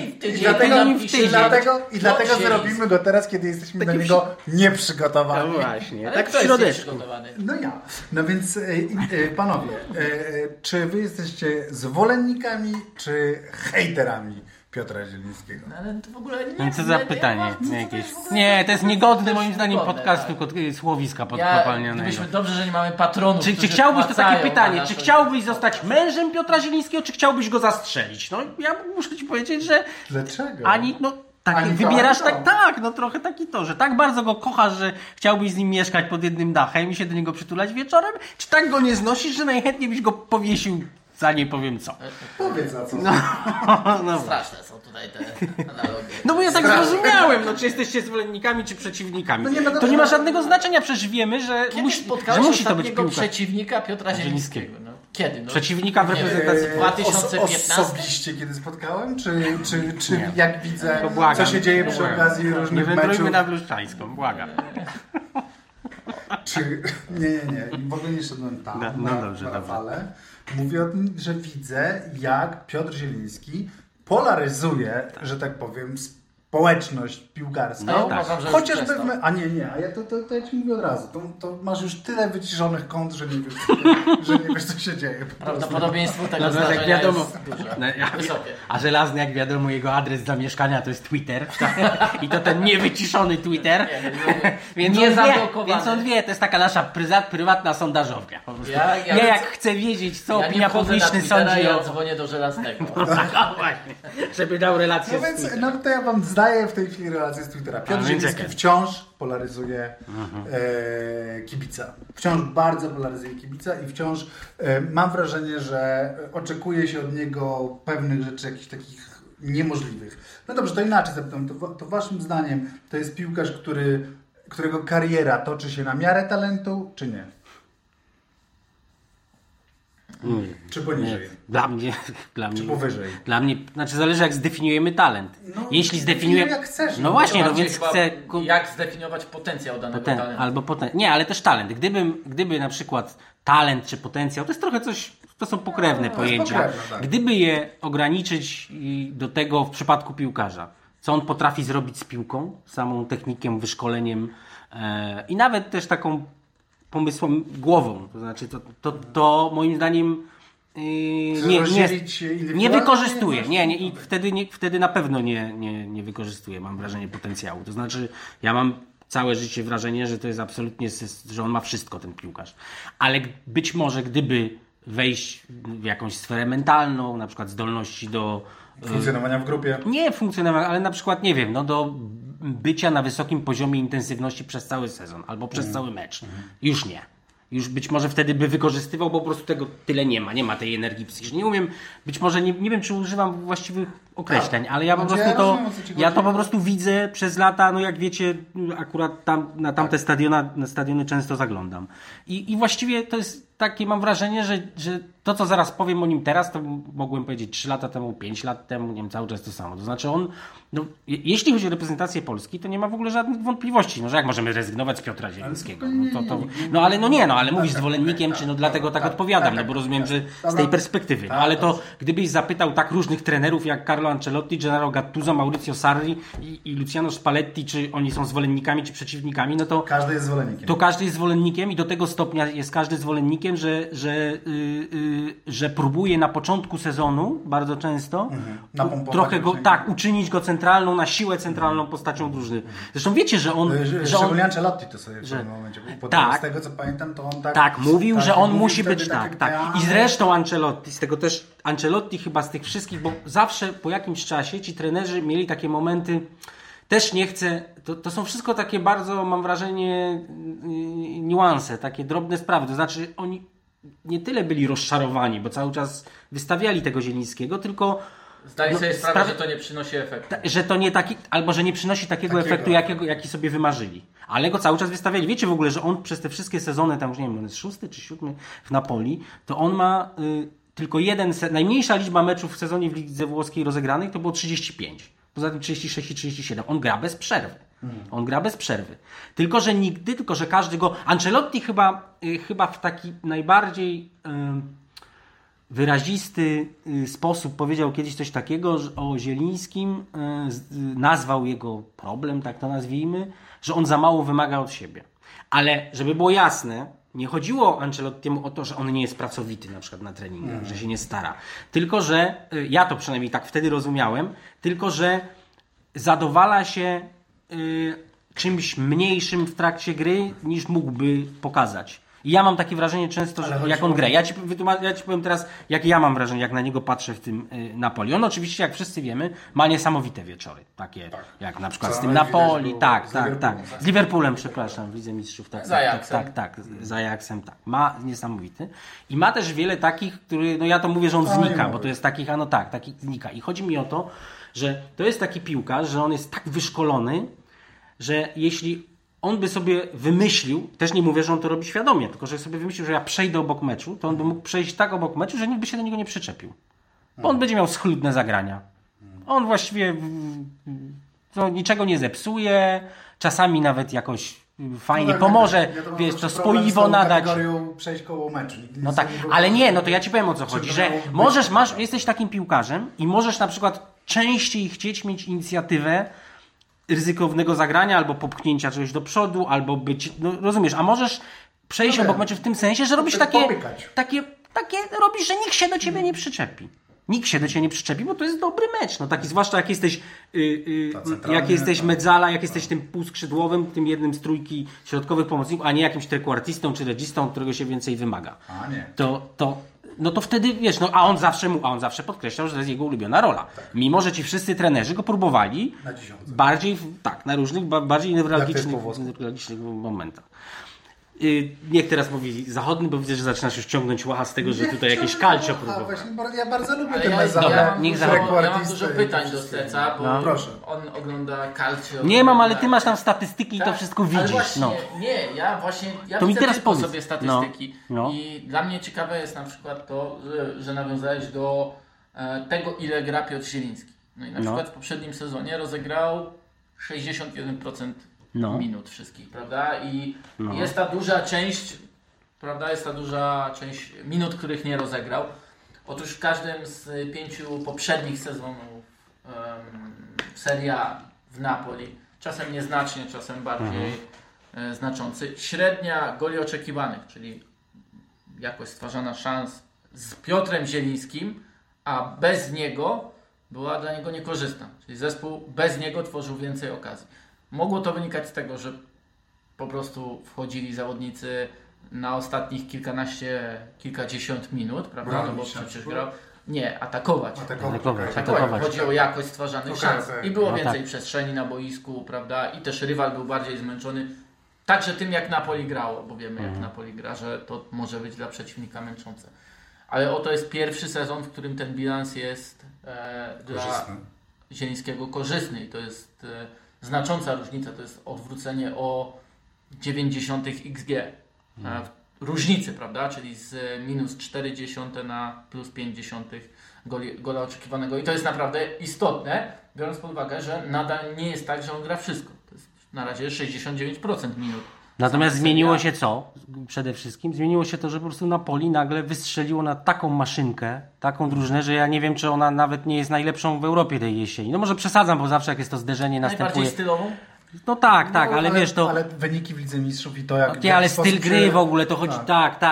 Dlatego zrobimy go teraz, kiedy jesteśmy do niego nieprzygotowani. No właśnie, ale tak w środeczku. No ja. No więc panowie, czy wy jesteście zwolennikami, czy hejterami Piotra Zielińskiego? No, ale to w ogóle nie... Co za pytanie? Nie, to jest niegodne moim zdaniem podcastu Słowiska Podkopalnianego. Dobrze, że nie mamy patronów. Czy chciałbyś, to takie pytanie, czy chciałbyś zostać mężem Piotra Zielińskiego, czy chciałbyś go zastrzelić? No ja muszę ci powiedzieć, że... Dlaczego? Wybierasz trochę taki to, że tak bardzo go kochasz, że chciałbyś z nim mieszkać pod jednym dachem i się do niego przytulać wieczorem, czy tak go nie znosisz, że najchętniej byś go powiesił za nie powiem co. Powiedz za co. No straszne są tutaj te analogie. No bo ja tak zrozumiałem, czy jesteście zwolennikami, czy przeciwnikami. To nie ma żadnego znaczenia, przecież wiemy, że musi to być piłka. Przeciwnika Piotra Zielińskiego. Kiedy? Przeciwnika w reprezentacji 2015? Osobiście kiedy spotkałem? Czy jak widzę, co się dzieje przy okazji różnych meczów? Nie wędrujmy na Bluszczańską, błagam. Nie. W ogóle nie szedłem tam na falę. Mówię o tym, że widzę, jak Piotr Zieliński polaryzuje, że tak powiem, społeczność piłkarska. No, tak. Uważam, że chociażby a nie, a ja to ja ci mówię od razu. To masz już tyle wyciszonych kont, że nie wiesz, że nie wiesz co się dzieje. Prawdopodobieństwo tego zdarzenia wiadomo, jest duże, wysokie. A żelazny, jak wiadomo, jego adres zamieszkania to jest Twitter. I to ten niewyciszony Twitter. Więc on wie, to jest taka nasza prywatna sondażownia. Ja jak chcę wiedzieć, co opinia publiczna sądzi. Ja dzwonię do żelaznego. Właśnie, żeby dał relację z Twitterem. No to ja wam zdaję w tej chwili relację z Twittera. Piotr Zieliński wciąż polaryzuje kibica. Wciąż bardzo polaryzuje kibica i wciąż mam wrażenie, że oczekuje się od niego pewnych rzeczy jakichś takich niemożliwych. No dobrze, to inaczej zapytam. To waszym zdaniem to jest piłkarz, którego kariera toczy się na miarę talentu, czy nie? Czy poniżej? Nie. Dla mnie. Czy powyżej? Dla mnie, znaczy zależy jak zdefiniujemy talent. No, jeśli zdefiniujemy. Jak chcesz. No właśnie, no więc chcę. Jak zdefiniować potencjał danego talentu? Albo nie, ale też talent. Gdyby na przykład talent czy potencjał, to jest trochę coś. To są pokrewne pojęcia. Pokrewne, tak. Gdyby je ograniczyć do tego w przypadku piłkarza, co on potrafi zrobić z piłką, samą techniką, wyszkoleniem i nawet też taką pomysłem, głową. To znaczy to moim zdaniem nie wykorzystuje. I wtedy na pewno nie wykorzystuje, mam wrażenie, potencjału. To znaczy ja mam całe życie wrażenie, że to jest absolutnie, że on ma wszystko, ten piłkarz. Ale być może gdyby wejść w jakąś sferę mentalną, na przykład zdolności do funkcjonowania w grupie. Nie funkcjonowania, ale na przykład, nie wiem, do bycia na wysokim poziomie intensywności przez cały sezon albo przez cały mecz. Już nie. Już być może wtedy by wykorzystywał, bo po prostu tego tyle nie ma tej energii psychicznej. Nie umiem, być może nie wiem, czy używam właściwych określeń, ale ja po prostu to po prostu widzę przez lata, no jak wiecie, akurat na tamte stadiony często zaglądam. I właściwie to jest takie, mam wrażenie, że to, co zaraz powiem o nim teraz, to mogłem powiedzieć 3 lata temu, 5 lat temu, nie wiem, cały czas to samo. To znaczy on, jeśli chodzi o reprezentację Polski, to nie ma w ogóle żadnych wątpliwości. No, że jak możemy rezygnować z Piotra Zielińskiego? Ale mówisz zwolennikiem, czy dlatego tak odpowiadam, bo rozumiem, że z tej perspektywy. No ale to, gdybyś zapytał tak różnych trenerów jak Carlo Ancelotti, Gennaro Gattuso, Maurizio Sarri i Luciano Spalletti, czy oni są zwolennikami, czy przeciwnikami, no to każdy jest zwolennikiem. To każdy jest zwolennikiem i do tego stopnia jest każdy zwolennikiem, że próbuje na początku sezonu bardzo często trochę go, uczynić go centralną, na siłę centralną postacią drużyny. Zresztą wiecie, że on... Szczególnie Ancelotti to sobie w pewnym momencie. Z tego co pamiętam, to on mówił, że on musi być tak. I zresztą Ancelotti chyba z tych wszystkich, bo zawsze po jakimś czasie ci trenerzy mieli takie momenty, też nie chcę, to są wszystko takie bardzo, mam wrażenie, niuanse, takie drobne sprawy. To znaczy oni nie tyle byli rozczarowani, bo cały czas wystawiali tego Zielińskiego, tylko zdali sobie sprawę, że to nie przynosi efektu. Że to nie taki, albo że nie przynosi takiego efektu, jaki sobie wymarzyli. Ale go cały czas wystawiali. Wiecie w ogóle, że on przez te wszystkie sezony, tam już nie wiem, on jest 6. czy 7. w Napoli, to on ma tylko najmniejsza liczba meczów w sezonie w lidze włoskiej rozegranych to było 35. Poza tym 36 i 37. On gra bez przerwy. Tylko że każdy go... Ancelotti chyba w taki najbardziej wyrazisty sposób powiedział kiedyś coś takiego o Zielińskim, nazwał jego problem, tak to nazwijmy, że on za mało wymaga od siebie. Ale żeby było jasne, nie chodziło Ancelottiemu o to, że on nie jest pracowity na przykład na treningach, że się nie stara. Tylko że, ja to przynajmniej tak wtedy rozumiałem, tylko że zadowala się czymś mniejszym w trakcie gry, niż mógłby pokazać. I ja mam takie wrażenie często, że jak on gra. Ja ci powiem teraz, jak ja mam wrażenie, jak na niego patrzę w tym Napoli. On oczywiście, jak wszyscy wiemy, ma niesamowite wieczory. Takie jak na przykład z tym Napoli. Z Liverpoolem, przepraszam, w Lidze Mistrzów. Z Ajaxem. Ma niesamowity. I ma też wiele takich, który, ja to mówię, że on znika, bo to jest takich, taki znika. I chodzi mi o to, że to jest taki piłkarz, że on jest tak wyszkolony, że jeśli on by sobie wymyślił, też nie mówię, że on to robi świadomie, tylko że sobie wymyślił, że ja przejdę obok meczu, to on by mógł przejść tak obok meczu, że nikt by się do niego nie przyczepił. Bo on będzie miał schludne zagrania. On właściwie niczego nie zepsuje, czasami nawet jakoś fajnie pomoże, to spoiwo nadać. Przejść koło meczu. Ale to ja ci powiem o co chodzi, że jesteś takim piłkarzem i możesz na przykład częściej chcieć mieć inicjatywę ryzykownego zagrania, albo popchnięcia czegoś do przodu, albo być, no rozumiesz, a możesz przejść obok meczu w tym sensie, że robisz takie robisz, że nikt się do ciebie nie przyczepi. Nikt się do ciebie nie przyczepi, bo to jest dobry mecz. No taki, zwłaszcza jak jesteś Mezzala, jak jesteś tym półskrzydłowym, tym jednym z trójki środkowych pomocników, a nie jakimś trequartistą czy registą, którego się więcej wymaga. A nie. No to wtedy, wiesz, a on zawsze podkreślał, że to jest jego ulubiona rola. Tak. Mimo, że ci wszyscy trenerzy go próbowali bardziej, na różnych, bardziej newralgicznych momentach. Niech teraz mówi Zachodny, bo widzę, że zaczynasz już ciągnąć łacha z tego, że tutaj jakieś calcio próbował. Ja bardzo lubię ten Mezzala. Ja mam dużo pytań do Steca, bo on ogląda calcio. Nie mam, ale ty masz tam statystyki i to wszystko widzisz. Właśnie, ja widzę tylko sobie statystyki. I dla mnie ciekawe jest na przykład to, że nawiązałeś do tego, ile gra Piotr Zieliński. No i na przykład w poprzednim sezonie rozegrał 61% minut wszystkich, prawda? I jest ta duża część, prawda? Jest ta duża część minut, których nie rozegrał. Otóż w każdym z 5 poprzednich sezonów Serie A w Napoli, czasem nieznacznie, czasem bardziej znaczący, średnia goli oczekiwanych, czyli jakość stwarzana szans z Piotrem Zielińskim, a bez niego była dla niego niekorzystna. Czyli zespół bez niego tworzył więcej okazji. Mogło to wynikać z tego, że po prostu wchodzili zawodnicy na ostatnich kilkadziesiąt minut, prawda? No bo przecież grał. Nie, atakować. Chodzi o jakość stwarzanych szans. I było więcej przestrzeni na boisku, prawda? I też rywal był bardziej zmęczony. Także tym, jak Napoli grało, bo wiemy, jak Napoli gra, że to może być dla przeciwnika męczące. Ale oto jest pierwszy sezon, w którym ten bilans jest dla Zielińskiego korzystny. I to jest znacząca różnica, to jest odwrócenie o 0,9 XG. Różnicy, prawda? Czyli z minus 0,4 na plus 0,5 gola oczekiwanego. I to jest naprawdę istotne, biorąc pod uwagę, że nadal nie jest tak, że on gra wszystko. To jest na razie 69% minut. Natomiast zmieniło się co? Przede wszystkim zmieniło się to, że po prostu Napoli nagle wystrzeliło na taką maszynkę, taką drużynę, że ja nie wiem, czy ona nawet nie jest najlepszą w Europie tej jesieni. No może przesadzam, bo zawsze jak jest to zderzenie następuje... Najbardziej stylową? No tak, ale wiesz to... Ale wyniki w Lidze Mistrzów i to jak... Okay, ale styl gry w ogóle, to chodzi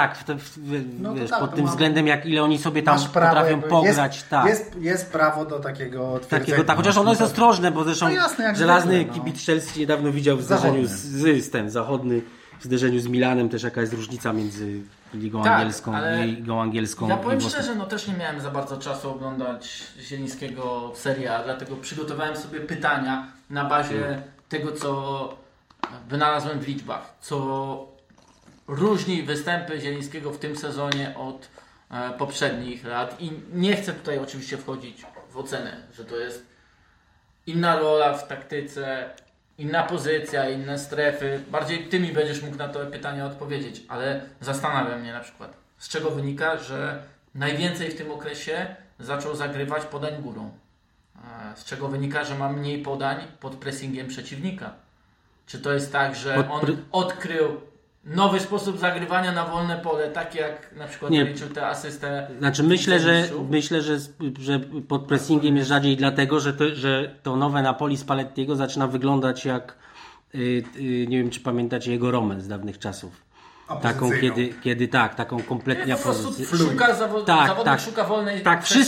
wiesz, pod tym względem, jak ile oni sobie tam potrafią pograć. Jest prawo do takiego twierdzenia. Chociaż ono jest ostrożne, bo zresztą żelazny kibic Chelsea niedawno widział w zderzeniu z Zachodny, w zderzeniu z Milanem też jaka jest różnica między Ligą Angielską i Ligą Angielską. Ja powiem szczerze, też nie miałem za bardzo czasu oglądać Zielińskiego w Serie A, dlatego przygotowałem sobie pytania na bazie tego, co wynalazłem w liczbach, co różni występy Zielińskiego w tym sezonie od poprzednich lat. I nie chcę tutaj oczywiście wchodzić w ocenę, że to jest inna rola w taktyce, inna pozycja, inne strefy. Bardziej ty mi będziesz mógł na to pytanie odpowiedzieć, ale zastanawia mnie na przykład, z czego wynika, że najwięcej w tym okresie zaczął zagrywać podań górą. Z czego wynika, że ma mniej podań pod pressingiem przeciwnika. Czy to jest tak, że on odkrył nowy sposób zagrywania na wolne pole, tak jak na przykład liczył tę asystę? Znaczy myślę, że pod pressingiem jest rzadziej dlatego, że to nowe Napoli Spallettiego zaczyna wyglądać jak nie wiem, czy pamiętacie jego Romę z dawnych czasów. Taką, taką kompletnie pozycję. Zawodnik szuka wolnej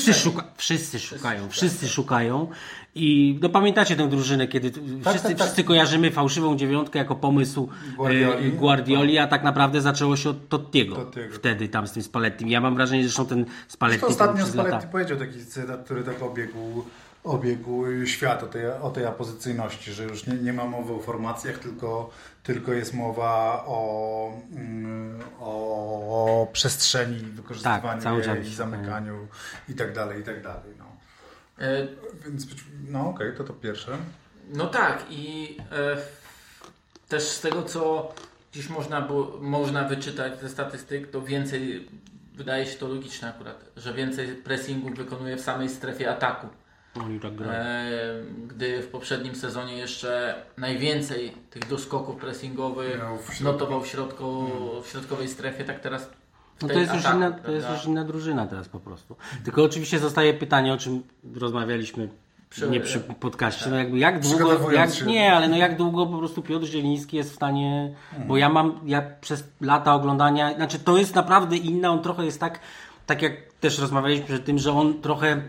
wszyscy szukają. I pamiętacie tę drużynę, kiedy wszyscy kojarzymy fałszywą dziewiątkę jako pomysł Guardioli, a tak naprawdę zaczęło się od Tottiego. Wtedy tam z tym Spallettim. Ja mam wrażenie, że zresztą ten Spalletti... Ostatnio Spalletti powiedział taki cytat, który tak obiegł świat o tej apozycyjności, że już nie ma mowy o formacjach, tylko jest mowa o przestrzeni, wykorzystywaniu jej, zamykaniu i tak dalej. No. Więc okej, to pierwsze. No tak i też z tego, co dziś można wyczytać ze statystyk, to więcej, wydaje się to logiczne akurat, że więcej pressingu wykonuje w samej strefie ataku. Gdy w poprzednim sezonie jeszcze najwięcej tych doskoków pressingowych notował w środkowej strefie, tak teraz to jest już inna drużyna teraz po prostu. Tylko oczywiście zostaje pytanie, o czym rozmawialiśmy przy podcaście. Tak. No jakby jak długo po prostu Piotr Zieliński jest w stanie, bo ja przez lata oglądania, znaczy to jest naprawdę inna, on trochę jest tak jak też rozmawialiśmy przed tym, że on trochę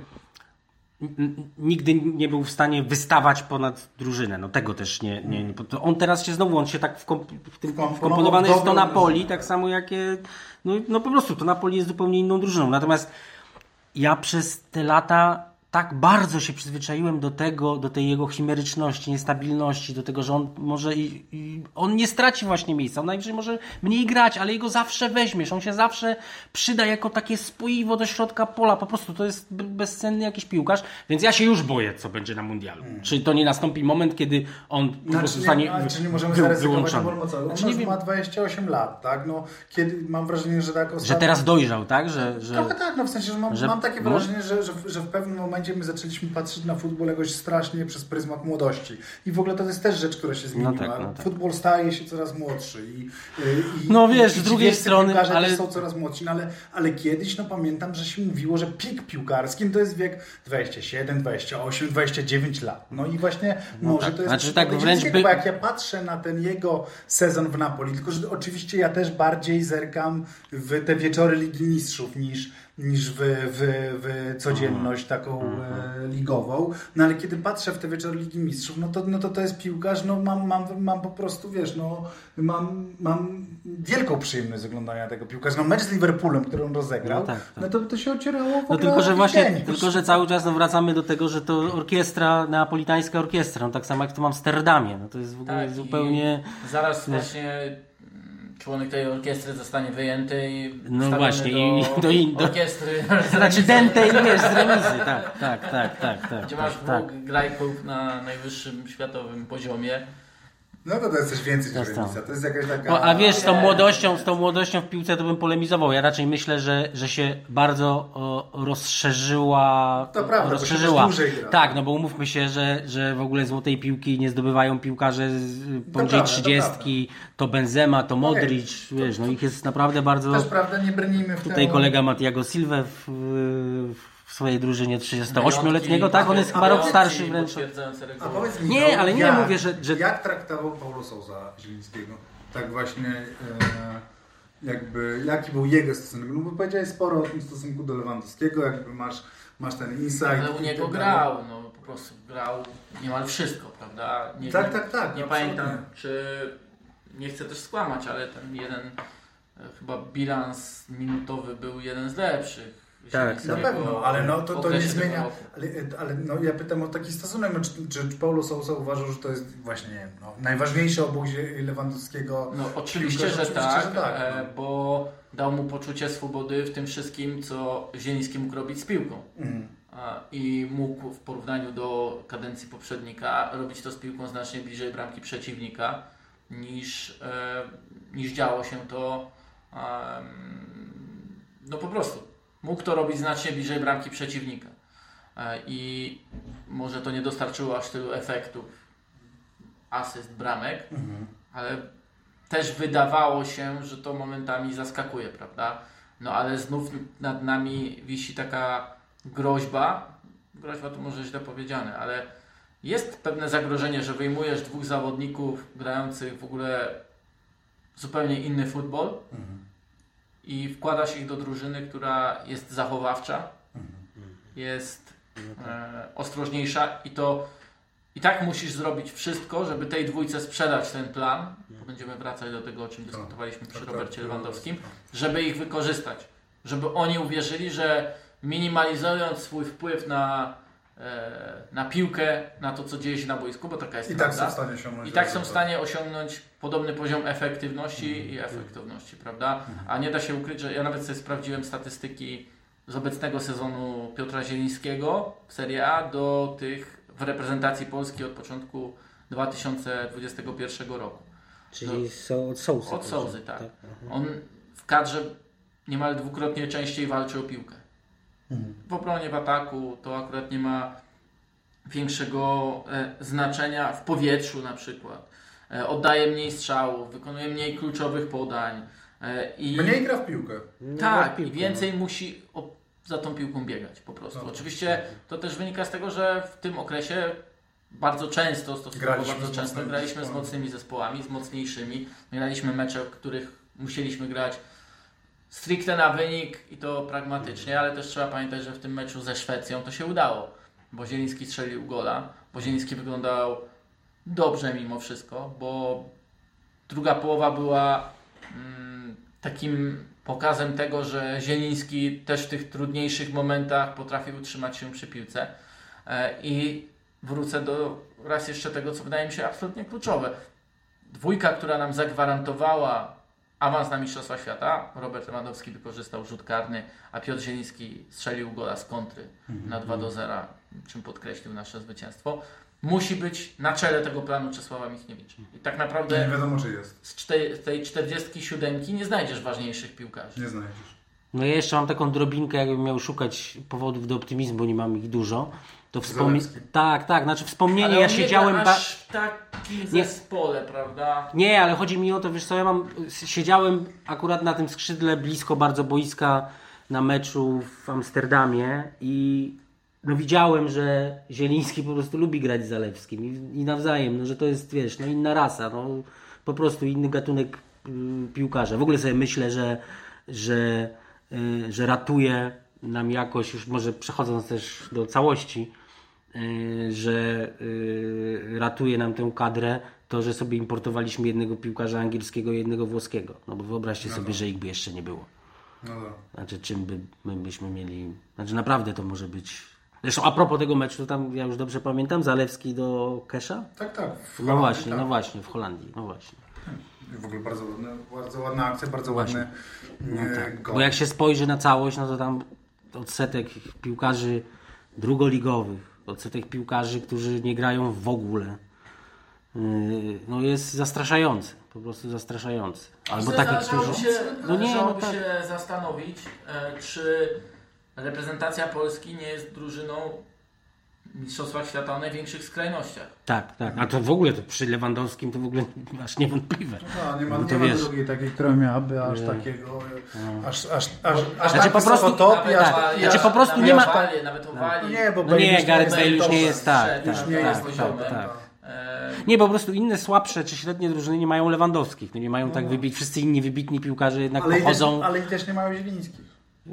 nigdy nie był w stanie wystawać ponad drużynę. No tego też nie on teraz się znowu, on się tak wkomponowany jest to Napoli, tak samo jak no po prostu to Napoli jest zupełnie inną drużyną. Natomiast ja przez te lata tak bardzo się przyzwyczaiłem do tej jego chimeryczności, niestabilności, do tego, że on może on nie straci właśnie miejsca. On najwyżej może mniej grać, ale jego zawsze weźmiesz. On się zawsze przyda jako takie spoiwo do środka pola. Po prostu to jest bezcenny jakiś piłkarz. Więc ja się już boję, co będzie na mundialu. Czy to nie nastąpi moment, kiedy on po prostu zostanie czy nie możemy zaryzykować na Bormocowi? On już ma 28 lat, tak? No, kiedy mam wrażenie, że tak ostatnio... Że teraz dojrzał, tak? Że trochę tak, no w sensie, że mam takie wrażenie, że w pewnym momencie my zaczęliśmy patrzeć na futbol jakoś strasznie przez pryzmat młodości. I w ogóle to jest też rzecz, która się zmieniła. No tak. Futbol staje się coraz młodszy. Z drugiej strony... Ale są coraz młodsi. No, ale kiedyś, pamiętam, że się mówiło, że pik piłkarskim to jest wiek 27, 28, 29 lat. No i właśnie może to jest... Znaczy, tak wręcz bo jak ja patrzę na ten jego sezon w Napoli, tylko że oczywiście ja też bardziej zerkam w te wieczory Ligi Mistrzów niż w codzienność taką ligową. No ale kiedy patrzę w te wieczory Ligi Mistrzów, to jest piłkarz, mam po prostu, mam wielką przyjemność z oglądania tego piłkarza. Mecz z Liverpoolem, który on rozegrał, to się ocierało w ogóle tylko że cały czas wracamy do tego, że to orkiestra, neapolitańska orkiestra, tak samo jak to w Amsterdamie. No to jest w ogóle zupełnie... Zaraz właśnie członek tej orkiestry zostanie wyjęty i do orkiestry. Znaczy Dente i wiesz, z remizy, tak. Gdzie masz dwóch grajków na najwyższym światowym poziomie. No to jest coś więcej niż remisa. To jest jakaś taka... A wiesz, z tą młodością w piłce to bym polemizował. Ja raczej myślę, że się bardzo rozszerzyła. To prawda, rozszerzyła. Bo się dłużej gra. Tak, no bo umówmy się, że w ogóle złotej piłki nie zdobywają piłkarze poniżej 30. To Benzema, to Modric, wiesz, no ich jest naprawdę bardzo... Też prawda, nie brnijmy w Tutaj kolega Mattiago Silva w swojej drużynie 38-letniego, tak? On jest chyba rok starszy wręcz. A powiedz mi, mówię, że... Jak traktował Paulo Sousa Zielińskiego? Tak właśnie, jaki był jego stosunek? No bo powiedziałeś sporo o tym stosunku do Lewandowskiego, jakby masz ten insight. Ale u niego grał, po prostu grał niemal wszystko, prawda? Tak. Nie pamiętam, czy... Nie chcę też skłamać, ale ten jeden chyba bilans minutowy był jeden z lepszych. Tak, na pewno, ale to nie zmienia. Ale ja pytam o taki stosunek, czy Paulo Sousa uważał, że to jest właśnie najważniejszy obok Lewandowskiego? No oczywiście, że tak, bo dał mu poczucie swobody w tym wszystkim, co Zieliński mógł robić z piłką. I mógł w porównaniu do kadencji poprzednika robić to z piłką znacznie bliżej bramki przeciwnika, niż działo się to po prostu. Mógł to robić znacznie bliżej bramki przeciwnika. I może to nie dostarczyło aż tylu efektów, asyst, bramek, ale też wydawało się, że to momentami zaskakuje, prawda? No ale znów nad nami wisi taka groźba to może źle powiedziane, ale jest pewne zagrożenie, że wyjmujesz dwóch zawodników grających w ogóle zupełnie inny futbol i wkładasz ich do drużyny, która jest zachowawcza, jest ostrożniejsza i tak musisz zrobić wszystko, żeby tej dwójce sprzedać ten plan. Będziemy wracać do tego, o czym dyskutowaliśmy przy Robercie Lewandowskim, żeby ich wykorzystać. Żeby oni uwierzyli, że minimalizując swój wpływ na piłkę, na to, co dzieje się na boisku, bo taka jest prawda. Są w stanie osiągnąć podobny poziom efektywności i efektywności, prawda? A nie da się ukryć, że ja nawet sobie sprawdziłem statystyki z obecnego sezonu Piotra Zielińskiego w Serie A do tych w reprezentacji Polski od początku 2021 roku. Czyli od Sousy. Od Sousy, tak. On w kadrze niemal dwukrotnie częściej walczy o piłkę. W obronie, w ataku to akurat nie ma większego znaczenia. W powietrzu na przykład. Oddaje mniej strzałów, wykonuje mniej kluczowych podań. Mniej gra w piłkę. Tak, i więcej musi za tą piłką biegać po prostu. Oczywiście to też wynika z tego, że w tym okresie bardzo często graliśmy z mocnymi zespołami, z mocniejszymi. Graliśmy mecze, w których musieliśmy grać stricte na wynik i to pragmatycznie, ale też trzeba pamiętać, że w tym meczu ze Szwecją to się udało, bo Zieliński strzelił gola, bo Zieliński wyglądał dobrze mimo wszystko, bo druga połowa była takim pokazem tego, że Zieliński też w tych trudniejszych momentach potrafi utrzymać się przy piłce. I wrócę do raz jeszcze tego, co wydaje mi się absolutnie kluczowe. Dwójka, która nam zagwarantowała awans na Mistrzostwa Świata. Robert Lewandowski wykorzystał rzut karny, a Piotr Zieliński strzelił gola z kontry na 2-0, czym podkreślił nasze zwycięstwo. Musi być na czele tego planu Czesława Michniewicza. I tak naprawdę nie wiadomo, czy jest. Z tej 47 nie znajdziesz ważniejszych piłkarzy. Nie znajdziesz. No ja jeszcze mam taką drobinkę, jakbym miał szukać powodów do optymizmu, bo nie mam ich dużo. To tak, znaczy wspomnienie, ale ja siedziałem... aż w takim zespole, prawda? Nie, ale chodzi mi o to, wiesz co, siedziałem akurat na tym skrzydle blisko bardzo boiska na meczu w Amsterdamie i no widziałem, że Zieliński po prostu lubi grać z Zalewskim i nawzajem, no że to jest, wiesz, no inna rasa, no po prostu inny gatunek piłkarza. W ogóle sobie myślę, że ratuje nam jakoś, już może przechodząc też do całości, że ratuje nam tę kadrę to, że sobie importowaliśmy jednego piłkarza angielskiego i jednego włoskiego. No bo wyobraźcie sobie, że ich by jeszcze nie było. Znaczy czym byśmy mieli... Znaczy naprawdę to może być... Zresztą a propos tego meczu, to tam ja już dobrze pamiętam, Zalewski do Kesha? Tak. No właśnie, w Holandii. No właśnie. W ogóle bardzo ładna akcja, bardzo ładny gol. Bo jak się spojrzy na całość, no to tam odsetek piłkarzy drugoligowych, odsetek piłkarzy, którzy nie grają w ogóle, no jest zastraszający, po prostu zastraszający. Albo takich, którzy... Należałoby się zastanowić, czy reprezentacja Polski nie jest drużyną Mistrzostwach Świata o największych skrajnościach. Tak. A to w ogóle to przy Lewandowskim to w ogóle aż niewątpliwe. No, nie ma drugiej takiej, która miałaby aż takiego... Aż znaczy po prostu topi, znaczy po prostu nie ma... Nawet o Walii. Nie, bo Gareth Bale już nie jest tak. Nie, po prostu inne słabsze czy średnie drużyny nie mają Lewandowskich. No nie mają tak wybitni, wszyscy inni wybitni piłkarze jednak pochodzą... Ale i też nie mają Zielińskich.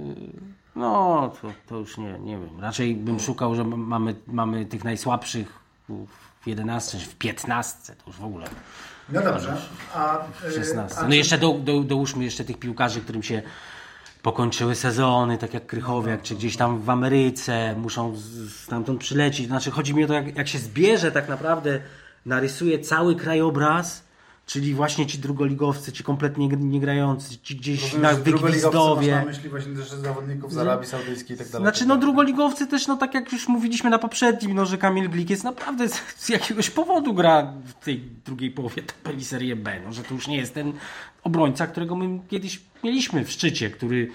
No, to już nie wiem. Raczej bym szukał, że mamy tych najsłabszych w 11, w 15, to już w ogóle. No dobrze. W 16. No jeszcze dołóżmy jeszcze tych piłkarzy, którym się pokończyły sezony, tak jak Krychowiak, czy gdzieś tam w Ameryce, muszą stamtąd przylecieć. Znaczy chodzi mi o to, jak się zbierze tak naprawdę, narysuje cały krajobraz, czyli właśnie ci drugoligowcy, ci kompletnie nie grający, ci gdzieś na wygwizdowie. Masz na myśli właśnie też zawodników z Arabii Saudyjskiej i tak dalej. Znaczy drugoligowcy też, tak jak już mówiliśmy na poprzednim, że Kamil Glik jest naprawdę z jakiegoś powodu gra w tej drugiej połowie tabeli Serie B. Że to już nie jest ten obrońca, którego my kiedyś mieliśmy w szczycie, który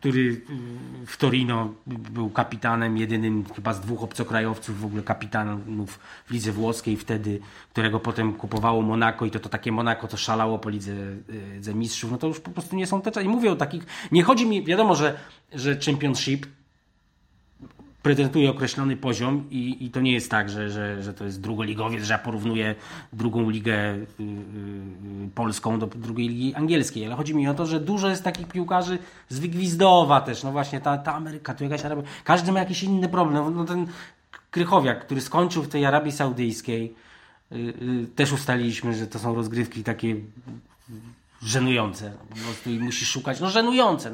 w Torino był kapitanem, jedynym chyba z 2 obcokrajowców, w ogóle kapitanów w lidze włoskiej wtedy, którego potem kupowało Monako i to takie Monako, co szalało po lidze mistrzów, no to już po prostu nie są te czasy. Nie mówię o takich, nie chodzi mi, wiadomo, że Championship prezentuje określony poziom i to nie jest tak, że to jest drugoligowiec, że ja porównuję drugą ligę polską do drugiej ligi angielskiej, ale chodzi mi o to, że dużo jest takich piłkarzy z wygwizdowa też, no właśnie ta Ameryka, tu jakaś Arabia, każdy ma jakiś inny problem, no ten Krychowiak, który skończył w tej Arabii Saudyjskiej, też ustaliliśmy, że to są rozgrywki takie żenujące, po prostu i musisz szukać, żenujące,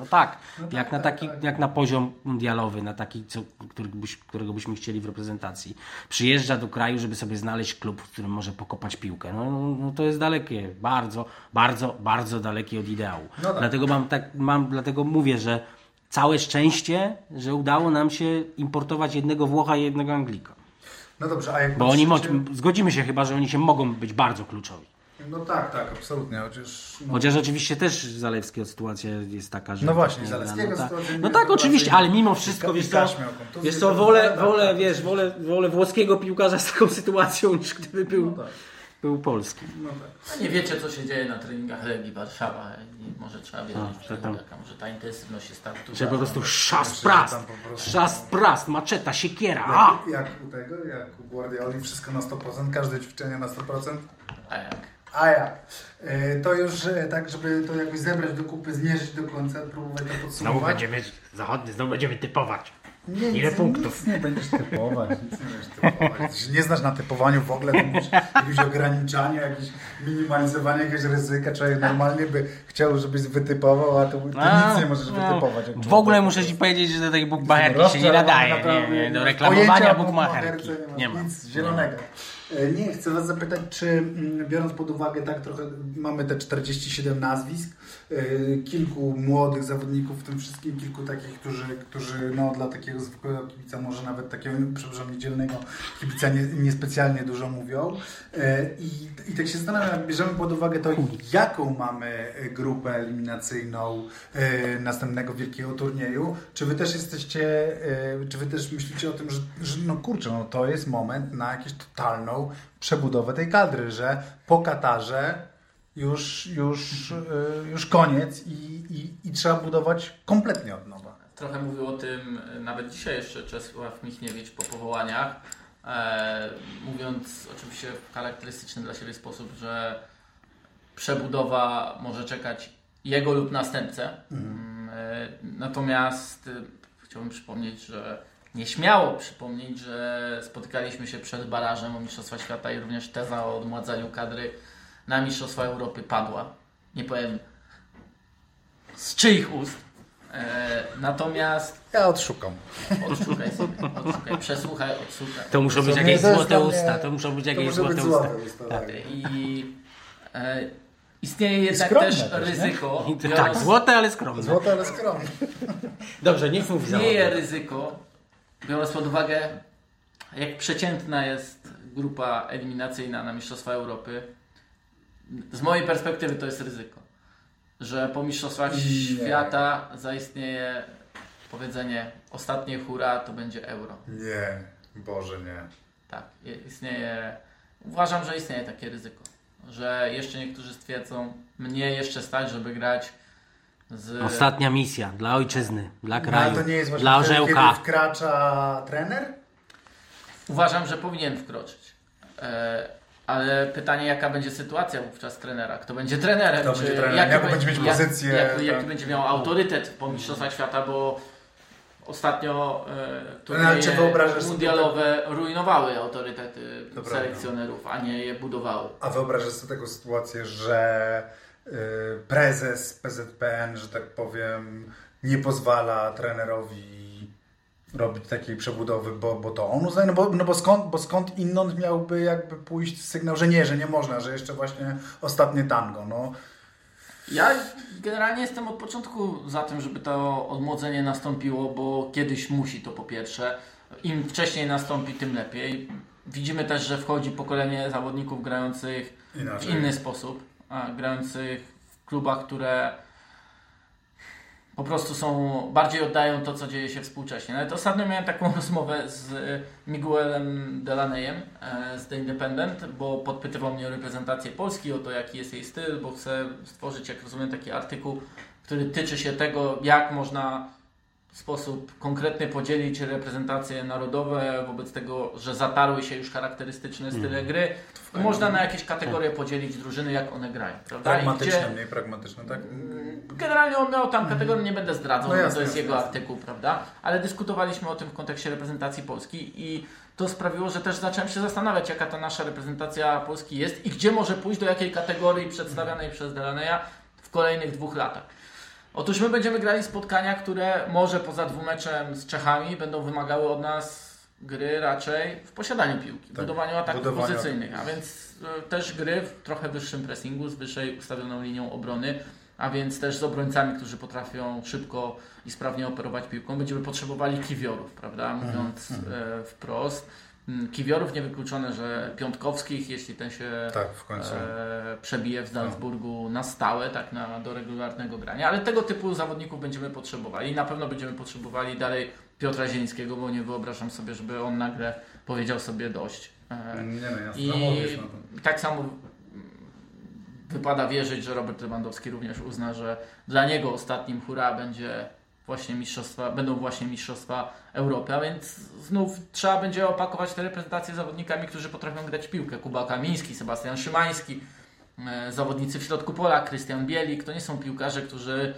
jak na poziom mundialowy, na taki, którego byśmy chcieli w reprezentacji. Przyjeżdża do kraju, żeby sobie znaleźć klub, w którym może pokopać piłkę. No to jest dalekie, bardzo, bardzo, bardzo dalekie od ideału. No tak. Dlatego mówię, że całe szczęście, że udało nam się importować jednego Włocha i jednego Anglika. No dobrze, a jak bo zgodzimy się chyba, że oni się mogą być bardzo kluczowi. No tak, absolutnie. Chociaż oczywiście też Zalewskiego sytuacja jest taka, że... No właśnie, Zalewskiego sytuacja... No tak, oczywiście, ale mimo wszystko, wiesz co, wolę włoskiego piłkarza z taką sytuacją, niż gdyby był był polski. No tak. A nie wiecie, co się dzieje na treningach Legii Warszawa i może trzeba wiedzieć, może ta intensywność jest tak duża. Że po prostu szast prast, maczeta, siekiera. Jak u Guardioli, wszystko na 100%, każde ćwiczenie na 100%. A jak? To już tak, żeby to jakoś zebrać do kupy, zmierzyć do końca, próbować to podsumować. Znowu będziemy typować. Nie, ile punktów? Nic nie będziesz typować. Ty się nie znasz na typowaniu w ogóle, jakieś ograniczania, jakieś minimalizowanie jakiegoś ryzyka. Człowiek normalnie by chciał, żebyś wytypował, a ty nic nie możesz wytypować. W ogóle muszę ci powiedzieć, że do tej bukmacherki się nie nadaje. Do reklamowania bukmacherki. Nie ma nic zielonego. Nie, chcę was zapytać, czy biorąc pod uwagę, tak trochę mamy te 47 nazwisk, kilku młodych zawodników, w tym wszystkim kilku takich, którzy no, dla takiego zwykłego kibica, może nawet takiego, przepraszam, niedzielnego kibica niespecjalnie dużo mówią. I tak się zastanawiam, jak bierzemy pod uwagę to, jaką mamy grupę eliminacyjną następnego wielkiego turnieju, czy wy też jesteście, czy wy też myślicie o tym, że no kurczę, no to jest moment na jakąś totalną przebudowę tej kadry, że po Katarze już koniec i trzeba budować kompletnie od nowa. Trochę mówił o tym nawet dzisiaj jeszcze Czesław Michniewicz po powołaniach, mówiąc oczywiście w charakterystyczny dla siebie sposób, że przebudowa może czekać jego lub następcę. Natomiast chciałbym nieśmiało przypomnieć, że spotykaliśmy się przed barażem o Mistrzostwa Świata i również teza o odmładzaniu kadry na Mistrzostwa Europy padła. Nie powiem z czyich ust. Natomiast... Ja odszukam. Odszukaj sobie. Przesłuchaj, odsłuchaj. To muszą być jakieś złote usta. To muszą być jakieś złote usta. Tak. Istnieje jednak też ryzyko. Tak, złote, ale skromne. Złote, ale skromne. Dobrze, niech mówi. Istnieje ryzyko, biorąc pod uwagę, jak przeciętna jest grupa eliminacyjna na Mistrzostwa Europy. Z mojej perspektywy to jest ryzyko, że po Mistrzostwach Świata zaistnieje powiedzenie ostatnie hurra to będzie euro. Nie, Boże nie. Tak, uważam, że istnieje takie ryzyko, że jeszcze niektórzy stwierdzą, mnie jeszcze stać, żeby grać z... Ostatnia misja dla ojczyzny, dla kraju, to nie jest dla orzełka. Kiedy wkracza trener? Uważam, że powinien wkroczyć. Ale pytanie, jaka będzie sytuacja wówczas trenera? Kto będzie trenerem? Jaką będzie mieć pozycję? Jaki będzie miał autorytet po Mistrzostwach Świata, bo ostatnio turnieje mundialowe rujnowały autorytety selekcjonerów, a nie je budowały. A wyobrażasz sobie taką sytuację, że prezes PZPN, że tak powiem, nie pozwala trenerowi robić takiej przebudowy, bo to on uznaje, bo skąd inąd miałby jakby pójść sygnał, że nie można, że jeszcze właśnie ostatnie tango, no. Ja generalnie jestem od początku za tym, żeby to odmłodzenie nastąpiło, bo kiedyś musi to po pierwsze. Im wcześniej nastąpi, tym lepiej. Widzimy też, że wchodzi pokolenie zawodników grających w inny sposób, grających w klubach, które po prostu bardziej oddają to, co dzieje się współcześnie. Nawet ostatnio miałem taką rozmowę z Miguelem Delaneyem z The Independent, bo podpytywał mnie o reprezentację Polski, o to, jaki jest jej styl, bo chcę stworzyć, jak rozumiem, taki artykuł, który tyczy się tego, jak można w sposób konkretny podzielić reprezentacje narodowe wobec tego, że zatarły się już charakterystyczne style gry. Można na jakieś kategorie podzielić drużyny, jak one grają. Prawda? Pragmatyczne, mniej pragmatyczne, tak? Generalnie on miał tam kategorię, nie będę zdradzał, no to jest jego artykuł, prawda? Ale dyskutowaliśmy o tym w kontekście reprezentacji Polski i to sprawiło, że też zacząłem się zastanawiać, jaka ta nasza reprezentacja Polski jest i gdzie może pójść, do jakiej kategorii przedstawianej przez Delaneya w kolejnych 2 latach. Otóż my będziemy grali spotkania, które może poza dwumeczem z Czechami będą wymagały od nas gry raczej w posiadaniu piłki, budowaniu ataków pozycyjnych, a więc też gry w trochę wyższym pressingu, z wyżej ustawioną linią obrony, a więc też z obrońcami, którzy potrafią szybko i sprawnie operować piłką. Będziemy potrzebowali kiwiorów, prawda, mówiąc wprost. Kiwiorów niewykluczone, że piątkowskich, jeśli ten się przebije w Salzburgu na stałe, tak do regularnego grania, ale tego typu zawodników będziemy potrzebowali. Na pewno będziemy potrzebowali dalej Piotra Zielińskiego, bo nie wyobrażam sobie, żeby on nagle powiedział sobie dość I tak samo wypada wierzyć, że Robert Lewandowski również uzna, że dla niego ostatnim hurra będą właśnie mistrzostwa Europy, a więc znów trzeba będzie opakować te reprezentacje zawodnikami, którzy potrafią grać w piłkę. Kuba Kamiński, Sebastian Szymański, zawodnicy w środku pola, Krystian Bielik. To nie są piłkarze, którzy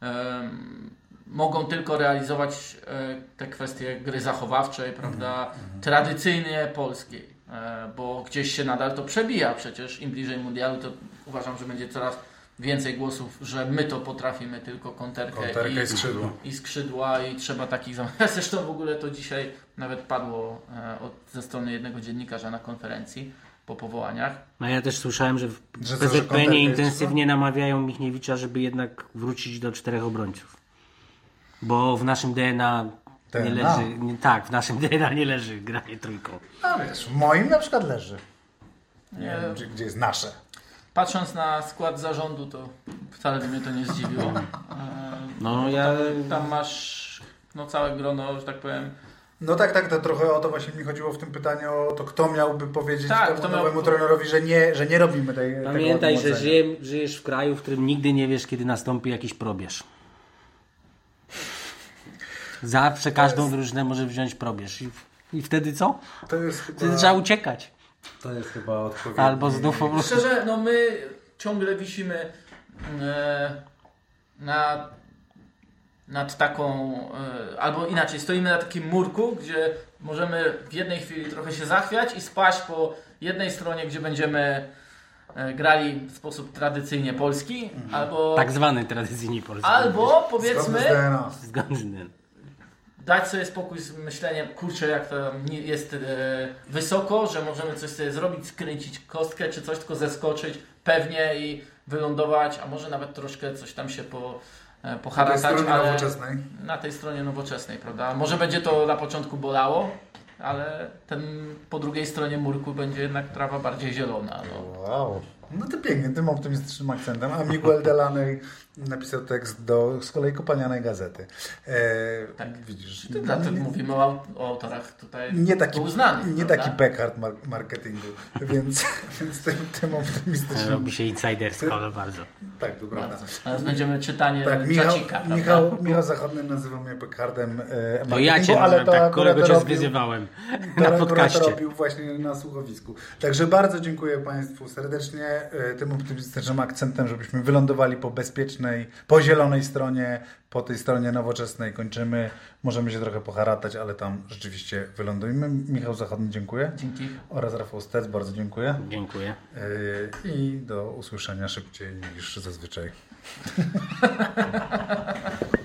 mogą tylko realizować te kwestie gry zachowawczej, prawda, tradycyjnie polskiej, bo gdzieś się nadal to przebija. Przecież im bliżej mundialu, to uważam, że będzie coraz więcej głosów, że my to potrafimy tylko konterkę i skrzydła i trzeba takich zresztą w ogóle to dzisiaj nawet padło ze strony jednego dziennikarza na konferencji po powołaniach. No ja też słyszałem, że w PZPN intensywnie namawiają Michniewicza, żeby jednak wrócić do 4 obrońców. Bo w naszym DNA nie leży. W naszym DNA nie leży granie trójką. No wiesz, w moim na przykład leży. Nie wiem, gdzie jest nasze. Patrząc na skład zarządu, to wcale by mnie to nie zdziwiło. Tam masz całe grono, że tak powiem. No tak, to trochę o to właśnie mi chodziło w tym pytaniu, o to kto miałby powiedzieć temu nowemu trenerowi, że nie robimy tego. Pamiętaj, że żyjesz w kraju, w którym nigdy nie wiesz, kiedy nastąpi jakiś probierz. Zawsze każdą drużynę może wziąć probierz. I wtedy co? Wtedy trzeba uciekać. To jest chyba odpowiedź. Albo znów po prostu... Szczerze, my ciągle wisimy nad taką, albo inaczej, stoimy na takim murku, gdzie możemy w jednej chwili trochę się zachwiać i spaść po jednej stronie, gdzie będziemy grali w sposób tradycyjnie polski, albo... Tak zwany tradycyjnie polski. Albo powiedzmy... Zgodny. Dać sobie spokój z myśleniem, kurczę, jak to jest wysoko, że możemy coś sobie zrobić, skręcić kostkę czy coś, tylko zeskoczyć pewnie i wylądować, a może nawet troszkę coś tam się poharatać, ale na tej stronie nowoczesnej, prawda? Może będzie to na początku bolało, ale po drugiej stronie murku będzie jednak trawa bardziej zielona. Wow. No to pięknie, tym optymistycznym akcentem. A Miguel Delaney napisał tekst do z kolei Kopalnianej Gazety. Tak. Widzisz. Dlatego mówimy o autorach tutaj uznanych. Nie taki Packard marketingu, więc tym optymistycznym. Robi się insidersko, bardzo. Tak, to prawda. Teraz będziemy czytanie Czacika. Michał Zachodny nazywał mnie Packardem marketingu. To ja cię ale tak, którego cię zwyzywałem na podcaście. To robił właśnie na słuchowisku. Także bardzo dziękuję Państwu serdecznie. Tym optymistycznym akcentem, żebyśmy wylądowali po zielonej stronie, po tej stronie nowoczesnej kończymy. Możemy się trochę poharatać, ale tam rzeczywiście wylądujemy. Michał Zachodny, dziękuję. Dzięki. Oraz Rafał Stec, bardzo dziękuję. Dziękuję. I do usłyszenia szybciej niż zazwyczaj.